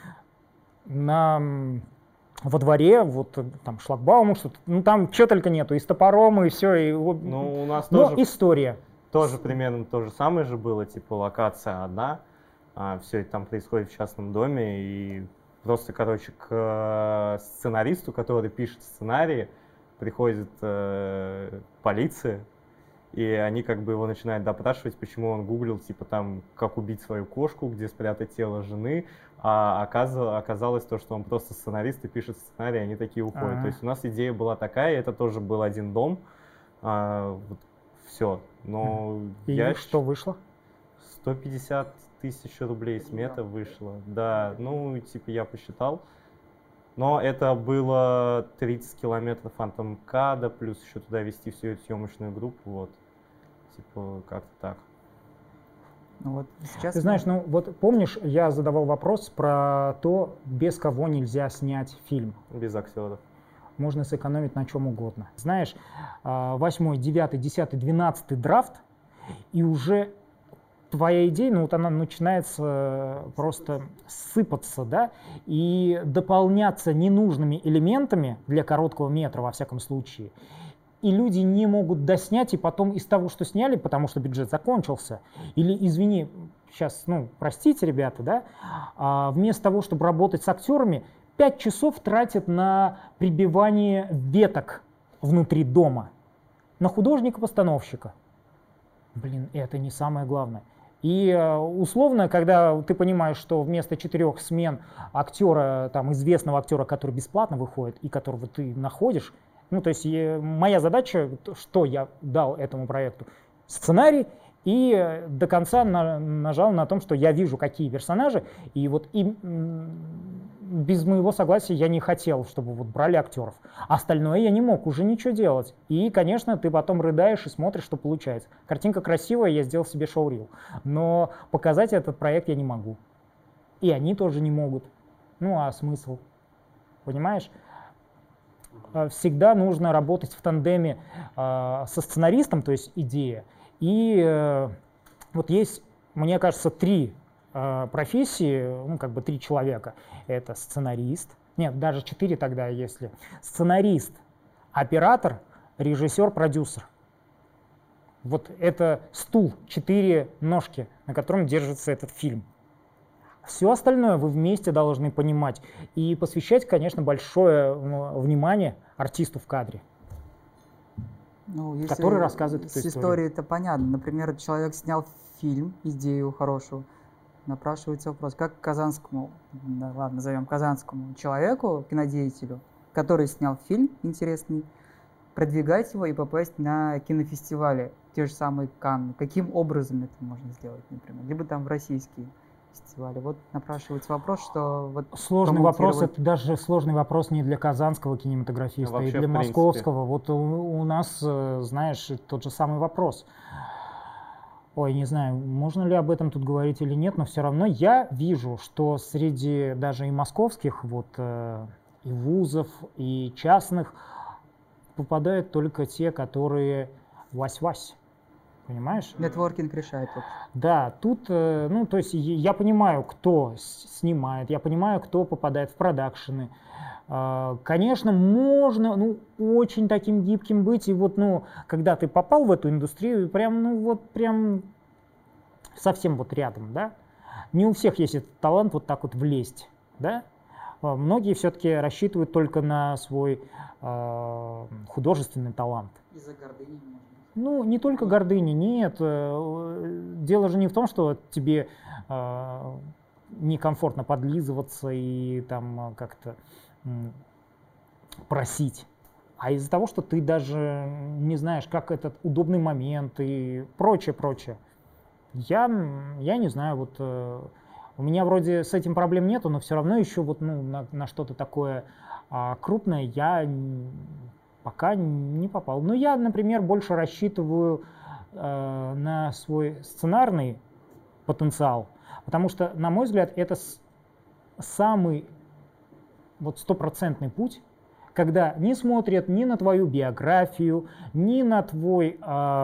во дворе, вот там шлагбаум, что-то, там чего только нету, и с топором, и все, и вот. Ну, у нас но тоже история. Тоже примерно то же самое же было, типа локация одна, все это там происходит в частном доме, и просто, короче, к сценаристу, который пишет сценарии, приходит полиция, и они как бы его начинают допрашивать, почему он гуглил, типа там, как убить свою кошку, где спрятать тело жены, а оказалось то, что он просто сценарист и пишет сценарий, они такие уходят. То есть у нас идея была такая, это тоже был один дом, вот, все. Но и что вышло? 150 тысяч рублей смета вышла. Да, ну, типа я посчитал. Но это было 30 километров от МКАДа, плюс еще туда везти всю эту съемочную группу, вот. Типа как-то так. Ну, вот сейчас ты знаешь, вот помнишь, я задавал вопрос про то, без кого нельзя снять фильм? Без актеров. Можно сэкономить на чем угодно. Знаешь, 8, 9, 10, 12 драфт, и уже твоя идея, вот она начинается просто сыпаться, да, и дополняться ненужными элементами для короткого метра, во всяком случае. И люди не могут доснять, и потом из того, что сняли, потому что бюджет закончился, или, извини, сейчас, простите, ребята, да, вместо того, чтобы работать с актерами, 5 часов тратят на прибивание веток внутри дома, на художника-постановщика. Блин, это не самое главное. И условно, когда ты понимаешь, что вместо 4 смен актера, там, известного актера, который бесплатно выходит и которого ты находишь, то есть моя задача, что я дал этому проекту, сценарий, и до конца нажал на том, что я вижу, какие персонажи, и вот без моего согласия я не хотел, чтобы вот брали актеров. Остальное я не мог уже ничего делать. И, конечно, ты потом рыдаешь и смотришь, что получается. Картинка красивая, я сделал себе шоу-рил. Но показать этот проект я не могу. И они тоже не могут. А смысл? Понимаешь? Всегда нужно работать в тандеме со сценаристом, то есть идея. И вот есть, мне кажется, 3 профессии, 3 человека. Это сценарист, нет, даже 4 тогда, если. Сценарист, оператор, режиссер, продюсер. Вот это стул, 4 ножки, на котором держится этот фильм. Все остальное вы вместе должны понимать и посвящать, конечно, большое внимание артисту в кадре. Ну, если который рассказывает эту с историю. историей это понятно. Например, человек снял фильм, идею хорошую, напрашивается вопрос, как казанскому, да, ладно, назовем казанскому человеку, кинодеятелю, который снял фильм интересный, продвигать его и попасть на кинофестивали, те же самые Канны. Каким образом это можно сделать, например? Либо там в российские фестивали. Вот напрашивается вопрос, что вот Сложный вопрос, промоутировать. это даже сложный вопрос не для казанского кинематографиста, Ну, и вообще, для в принципе. московского. Вот у нас, знаешь, тот же самый вопрос. Ой, не знаю, можно ли об этом тут говорить или нет, но все равно я вижу, что среди даже и московских вот, и вузов, и частных попадают только те, которые вась-вась. Понимаешь? Нетворкинг решает вообще. Да, тут, ну, то есть я понимаю, кто снимает, я понимаю, кто попадает в продакшены. Конечно, можно, ну, очень таким гибким быть, и вот, ну, когда ты попал в эту индустрию, прям, ну, вот, прям совсем вот рядом, да, не у всех есть этот талант вот так вот влезть, да. Многие все-таки рассчитывают только на свой художественный талант. Из-за гордыни можно. Ну, не только гордыни, нет. Дело же не в том, что тебе некомфортно подлизываться и там как-то просить, а из-за того, что ты даже не знаешь, как этот удобный момент и прочее, прочее. Я не знаю, вот у меня вроде с этим проблем нету, но все равно еще вот ну, на что-то такое крупное я пока не попал. Но я, например, больше рассчитываю на свой сценарный потенциал, потому что, на мой взгляд, это самый вот стопроцентный путь, когда не смотрят ни на твою биографию, ни на твой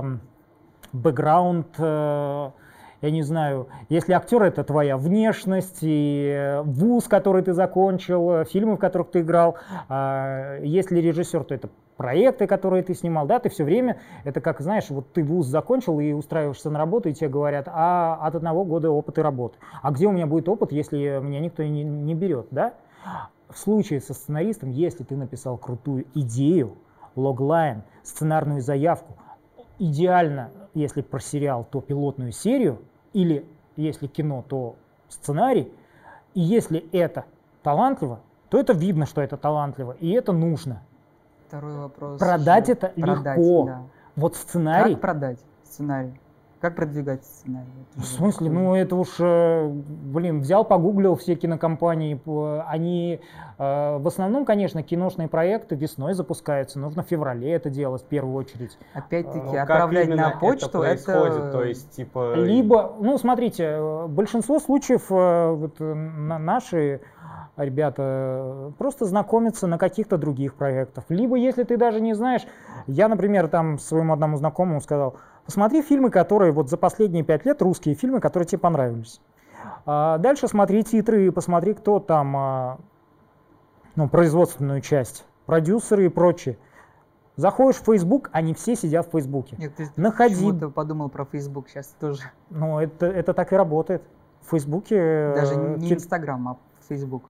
бэкграунд, я не знаю, если актер — это твоя внешность, и вуз, который ты закончил, фильмы, в которых ты играл, если режиссер, то это проекты, которые ты снимал, да, ты все время, это как, знаешь, вот ты вуз закончил и устраиваешься на работу, и тебе говорят, от 1 года опыта работы. А где у меня будет опыт, если меня никто не берет, да? В случае со сценаристом, если ты написал крутую идею, логлайн, сценарную заявку, идеально, если про сериал, то пилотную серию, или если кино, то сценарий, и если это талантливо, то это видно, что это талантливо, и это нужно. Второй вопрос. Продать это продать, легко. Да. Вот сценарий. Как продать сценарий? Как продвигать сценарий? В смысле? Ну это уж, блин, взял, погуглил все кинокомпании. Они в основном, конечно, киношные проекты весной запускаются. Нужно в феврале это делать в первую очередь. Опять-таки, Как отправлять именно на почту это происходит? это... То есть, типа... Либо, ну смотрите, большинство случаев вот, наши ребята просто знакомятся на каких-то других проектах. Либо, если ты даже не знаешь, я, например, там своему одному знакомому сказал, посмотри фильмы, которые вот за последние 5 лет, русские фильмы, которые тебе понравились. Дальше смотри титры, посмотри, кто там, ну, производственную часть, продюсеры и прочее. Заходишь в Facebook, они все сидят в Фейсбуке. Нет, ты Находи. почему-то подумал про Facebook сейчас тоже. Ну, это так и работает. В Фейсбуке... Даже не Инстаграм, а Facebook.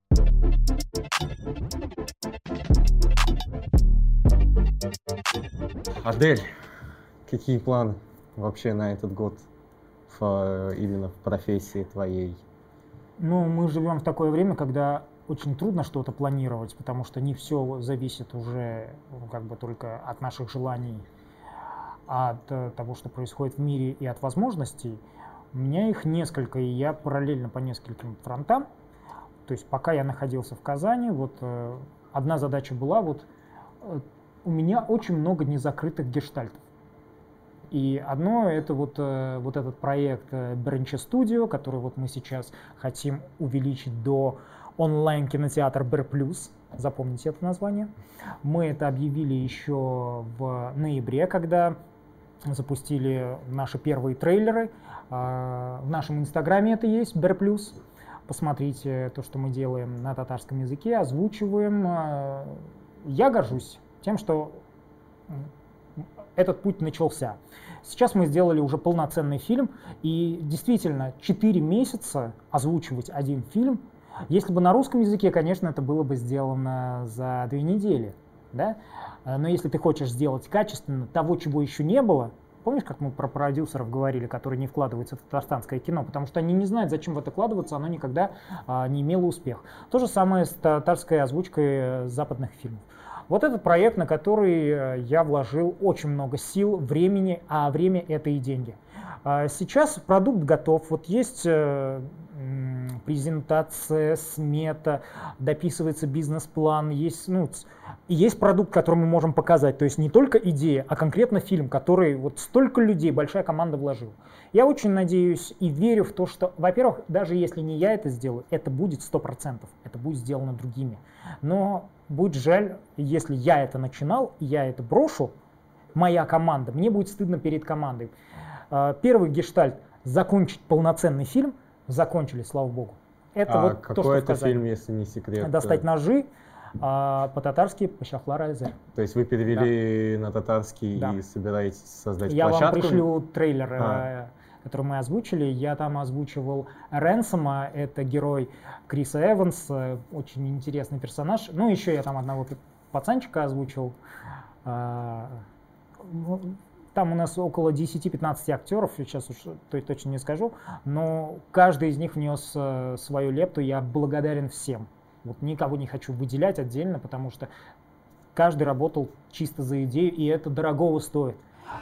Адель, какие планы вообще на этот год именно в профессии твоей? Ну, мы живем в такое время, когда очень трудно что-то планировать, потому что не все зависит уже как бы только от наших желаний, от того, что происходит в мире, и от возможностей. У меня их несколько, и я параллельно по нескольким фронтам. То есть пока я находился в Казани, вот одна задача была, вот у меня очень много незакрытых гештальтов. И одно это вот этот проект Бренча Studio, который вот мы сейчас хотим увеличить до онлайн-кинотеатр Бэр Плюс. Запомните это название. Мы это объявили еще в ноябре, когда запустили наши первые трейлеры. В нашем инстаграме это есть, Бэр Плюс. Посмотрите то, что мы делаем на татарском языке, озвучиваем. Я горжусь тем, что этот путь начался. Сейчас мы сделали уже полноценный фильм, и действительно 4 месяца озвучивать один фильм. Если бы на русском языке, конечно, это было бы сделано за 2 недели. да? Но если ты хочешь сделать качественно того, чего еще не было, помнишь, как мы про продюсеров говорили, которые не вкладываются в татарстанское кино, потому что они не знают, зачем в это вкладываться, оно никогда не имело успех. То же самое с татарской озвучкой западных фильмов. Вот этот проект, на который я вложил очень много сил, времени, а время — это и деньги. Сейчас продукт готов, вот есть презентация, смета, дописывается бизнес-план, есть, есть продукт, который мы можем показать, то есть не только идея, а конкретно фильм, который вот столько людей, большая команда вложила. Я очень надеюсь и верю в то, что, во-первых, даже если не я это сделаю, это будет 100%, это будет сделано другими. Но будет жаль, если я это начинал, я это брошу, моя команда, мне будет стыдно перед командой. Первый гештальт — закончить полноценный фильм, закончили, слава богу. Это вот какой то, что это сказали. фильм, если не секрет? Достать ножи, по-татарски «Пашахлар Айзер». То есть вы перевели на татарский Да. и собираетесь создать Я площадку? вам пришлю трейлер, который мы озвучили. Я там озвучивал Рэнсома, это герой Криса Эванса, очень интересный персонаж. Ну, еще я там одного пацанчика озвучил. Там у нас около 10-15 актеров, сейчас уж точно не скажу, но каждый из них внес свою лепту, я благодарен всем. Вот никого не хочу выделять отдельно, потому что каждый работал чисто за идею, и это дорогого стоит.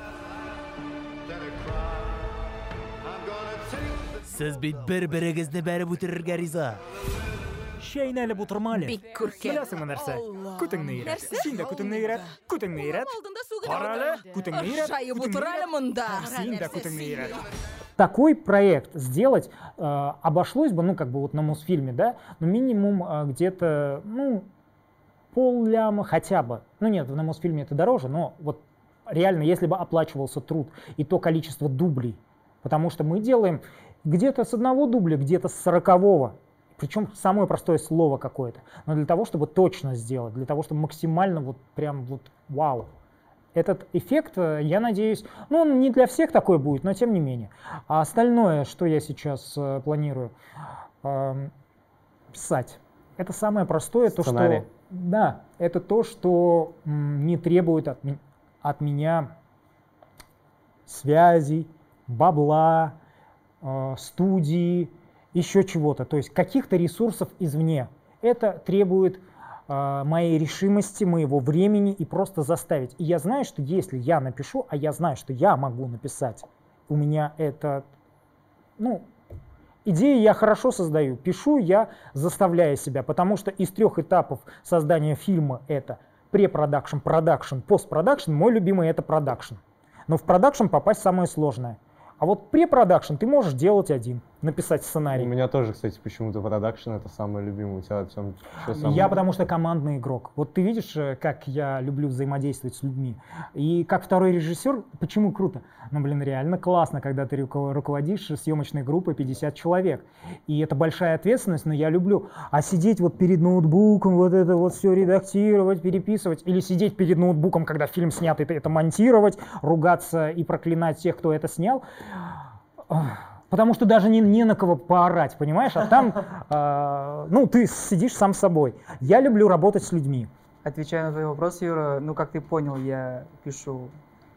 Siz bit bir-birinizni beri bitirerge riza. Şeyini ele buturmalı. Bik kurke. Bilasın mı nerse? Kütüngni iret. Sen de kütüngni iret. Kütüngni iret. Paralı. Kütüngni iret. Шайы бутырали мында. Sen de kütüngni iret. Такой проект сделать обошлось бы, вот на Мосфильме, да, ну, минимум где-то, полляма хотя бы. Ну, нет, на Мосфильме это дороже, но вот реально, если бы оплачивался труд и то количество дублей, потому что мы делаем где-то с одного дубля, где-то с 40-го, причем самое простое слово какое-то, но для того, чтобы точно сделать, для того, чтобы максимально вау. Этот эффект, я надеюсь, он не для всех такой будет, но тем не менее. А остальное, что я сейчас планирую, писать. Это самое простое, Сценарий. это то, что не требует от меня связей, бабла, студии, еще чего-то, то есть каких-то ресурсов извне. Это требует моей решимости, моего времени и просто заставить. И я знаю, что если я напишу, а я знаю, что я могу написать, у меня это, идеи я хорошо создаю, пишу я, заставляя себя, потому что из 3 этапов создания фильма это препродакшн, продакшн, постпродакшн, мой любимый это продакшн. Но в продакшн попасть самое сложное. А вот препродакшн ты можешь делать один, написать сценарий. У меня тоже, кстати, почему-то продакшн это самое любимое. У тебя что самое... Я потому что командный игрок. Вот ты видишь, как я люблю взаимодействовать с людьми. И как второй режиссер, почему круто? Реально классно, когда ты руководишь съемочной группой 50 человек. И это большая ответственность, но я люблю. А сидеть перед ноутбуком, это все редактировать, переписывать, или сидеть перед ноутбуком, когда фильм снят, и это монтировать, ругаться и проклинать тех, кто это снял. Потому что даже не на кого поорать, понимаешь? А там, ты сидишь сам с собой. Я люблю работать с людьми. Отвечая на твой вопрос, Юра, как ты понял, я пишу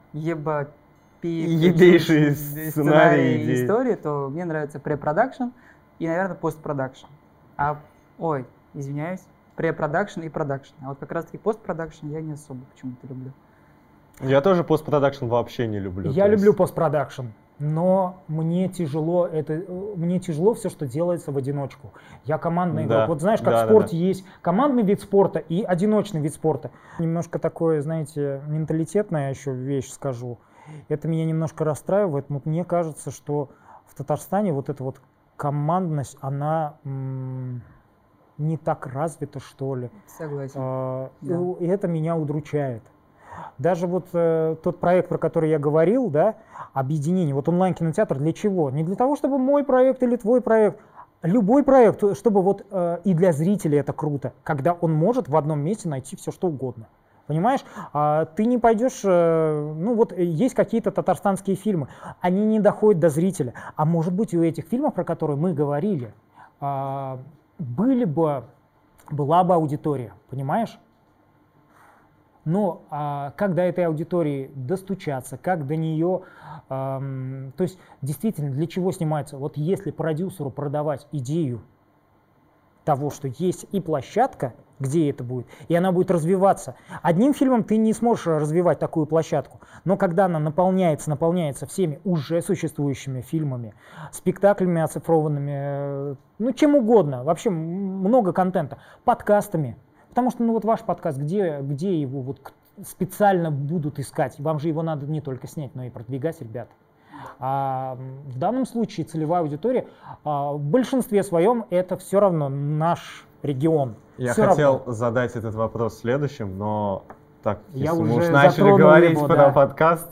ебейшие сценарии и истории, то мне нравится препродакшн и, наверное, постпродакшн. Извиняюсь, препродакшн и продакшн. А вот как раз-таки постпродакшн я не особо почему-то люблю. Я тоже постпродакшн вообще не люблю. Я люблю постпродакшн. Но мне тяжело все, что делается в одиночку. Я командный игрок. Вот знаешь, как в спорте есть командный вид спорта и одиночный вид спорта. Немножко такое, знаете, менталитетная еще вещь скажу. Это меня немножко расстраивает. Мне кажется, что в Татарстане эта командность, она не так развита, что ли. Согласен. И это меня удручает. Даже тот проект, про который я говорил, да, объединение, онлайн-кинотеатр для чего? Не для того, чтобы мой проект или твой проект, любой проект, чтобы и для зрителя это круто, когда он может в одном месте найти все, что угодно. Понимаешь? Ты не пойдешь, есть какие-то татарстанские фильмы, они не доходят до зрителя. А может быть, у этих фильмов, про которые мы говорили, была бы аудитория, понимаешь? Но как до этой аудитории достучаться, как до нее, то есть действительно для чего снимается? Вот если продюсеру продавать идею того, что есть и площадка, где это будет, и она будет развиваться. Одним фильмом ты не сможешь развивать такую площадку, но когда она наполняется всеми уже существующими фильмами, спектаклями оцифрованными, ну чем угодно, вообще много контента, подкастами. Потому что, ну вот ваш подкаст, где его вот специально будут искать? Вам же его надо не только снять, но и продвигать, ребят. А в данном случае целевая аудитория в большинстве своем это все равно наш регион. Я Все хотел равно. задать этот вопрос следующим, но так, Я если мы уже уж начали затронул говорить его, про да. подкаст,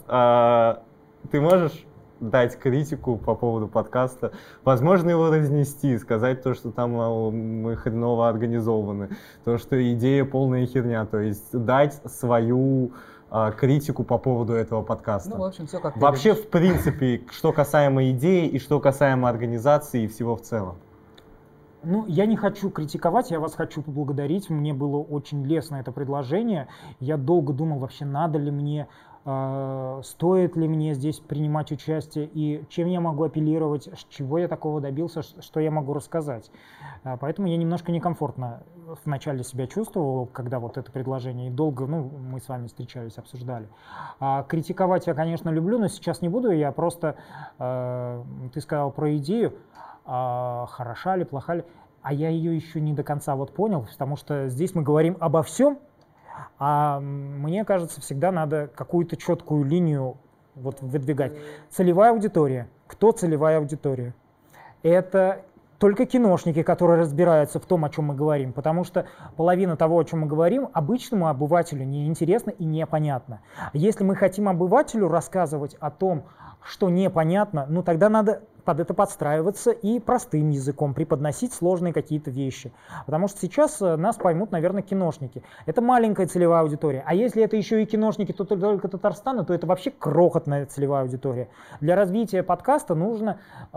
ты можешь дать критику по поводу подкаста, возможно, его разнести, сказать то, что там мы хреново организованы, то, что идея полная херня, то есть дать свою критику по поводу этого подкаста. Ну, в общем, все как ты Вообще, любишь. в принципе, что касаемо идеи и что касаемо организации и всего в целом. Ну, я не хочу критиковать, я вас хочу поблагодарить. Мне было очень лестно это предложение. Я долго думал, вообще надо ли мне, стоит ли мне здесь принимать участие и чем я могу апеллировать, чего я такого добился, что я могу рассказать. Поэтому я немножко некомфортно вначале себя чувствовал, когда вот это предложение, и долго, ну, мы с вами встречались, обсуждали. Критиковать я, конечно, люблю, но сейчас не буду, я просто, ты сказал про идею, хороша ли, плоха ли, а я ее еще не до конца вот понял, потому что здесь мы говорим обо всем, а мне кажется, всегда надо какую-то четкую линию вот выдвигать. Целевая аудитория. Кто целевая аудитория? Это только киношники, которые разбираются в том, о чем мы говорим, потому что половина того, о чем мы говорим, обычному обывателю неинтересно и непонятно. Если мы хотим обывателю рассказывать о том, что непонятно, ну тогда надо под это подстраиваться и простым языком преподносить сложные какие-то вещи. Потому что сейчас нас поймут, наверное, киношники. Это маленькая целевая аудитория. А если это еще и киношники, то только Татарстана, то это вообще крохотная целевая аудитория. Для развития подкаста нужно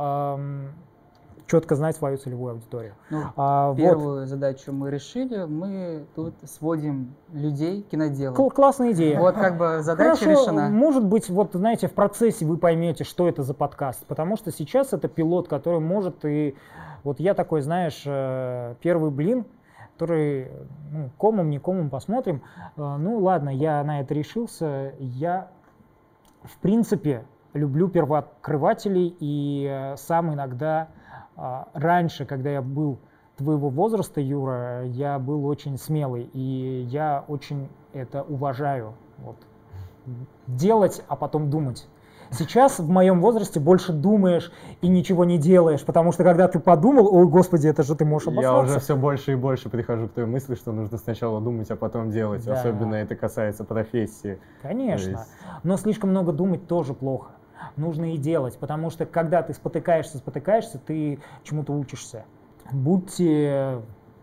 четко знать свою целевую аудиторию. Ну, первую задачу мы решили, мы тут сводим людей к киноделу. Классная идея. Вот как бы задача Хорошо, решена. может быть, вот знаете, в процессе вы поймете, что это за подкаст, потому что сейчас это пилот, который может и... Вот я такой, знаешь, первый блин, который, ну, комом, не комом, посмотрим. Ну ладно, я на это решился. Я, в принципе, люблю первооткрывателей и сам иногда... Раньше, когда я был твоего возраста, Юра, я был очень смелый, и я очень это уважаю. Вот. Делать, а потом думать. Сейчас в моем возрасте больше думаешь и ничего не делаешь, потому что когда ты подумал, ой, господи, это же ты можешь обосраться. Я уже все больше и больше прихожу к той мысли, что нужно сначала думать, а потом делать. Да. Особенно это касается профессии. Конечно, То есть- но слишком много думать тоже плохо. Нужно и делать, потому что когда ты спотыкаешься, ты чему-то учишься. Будьте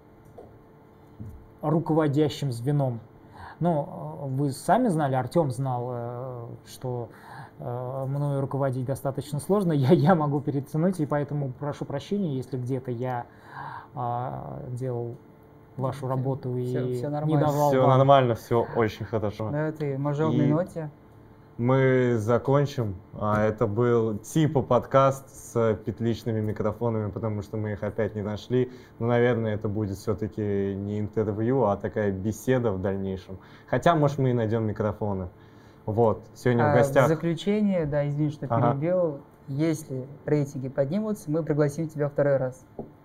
руководящим звеном. Ну, вы сами знали, Артем знал, что мною руководить достаточно сложно. Я могу перетянуть, и поэтому прошу прощения, если где-то я делал вашу работу и Всё не нормально. давал Все вам. нормально, все очень хорошо. На этой мажорной И- ноте. Мы закончим. Это был типа подкаст с петличными микрофонами, потому что мы их опять не нашли. Но, наверное, это будет все-таки не интервью, а такая беседа в дальнейшем. Хотя, может, мы и найдем микрофоны. Вот, сегодня в В гостях. заключение, да, извини, что Ага. перебил. Если рейтинги поднимутся, мы пригласим тебя второй раз.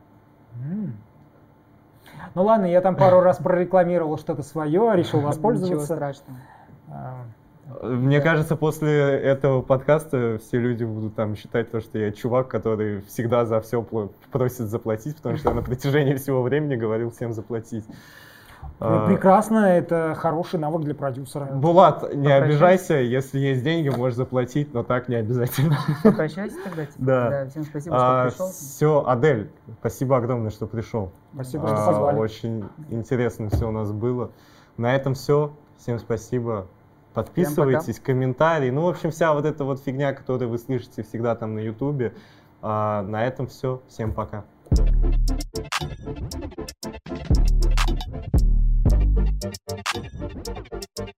Ну ладно, я там пару раз прорекламировал что-то свое, решил Ничего воспользоваться. страшного. Мне кажется, после этого подкаста все люди будут там считать то, что я чувак, который всегда за все просит заплатить, потому что я на протяжении всего времени говорил всем заплатить. Прекрасно, это хороший навык для продюсера. Булат, не Попрощайся. обижайся, если есть деньги, можешь заплатить, но так не обязательно. Попрощайся тогда. Да. Всем спасибо, что пришел. Все, Адель, спасибо огромное, что пришел. Спасибо, что позвали. Очень интересно все у нас было. На этом все. Всем спасибо. Подписывайтесь, комментарии. Ну, в общем, вся вот эта вот фигня, которую вы слышите всегда там на Ютубе. На этом все. Всем пока.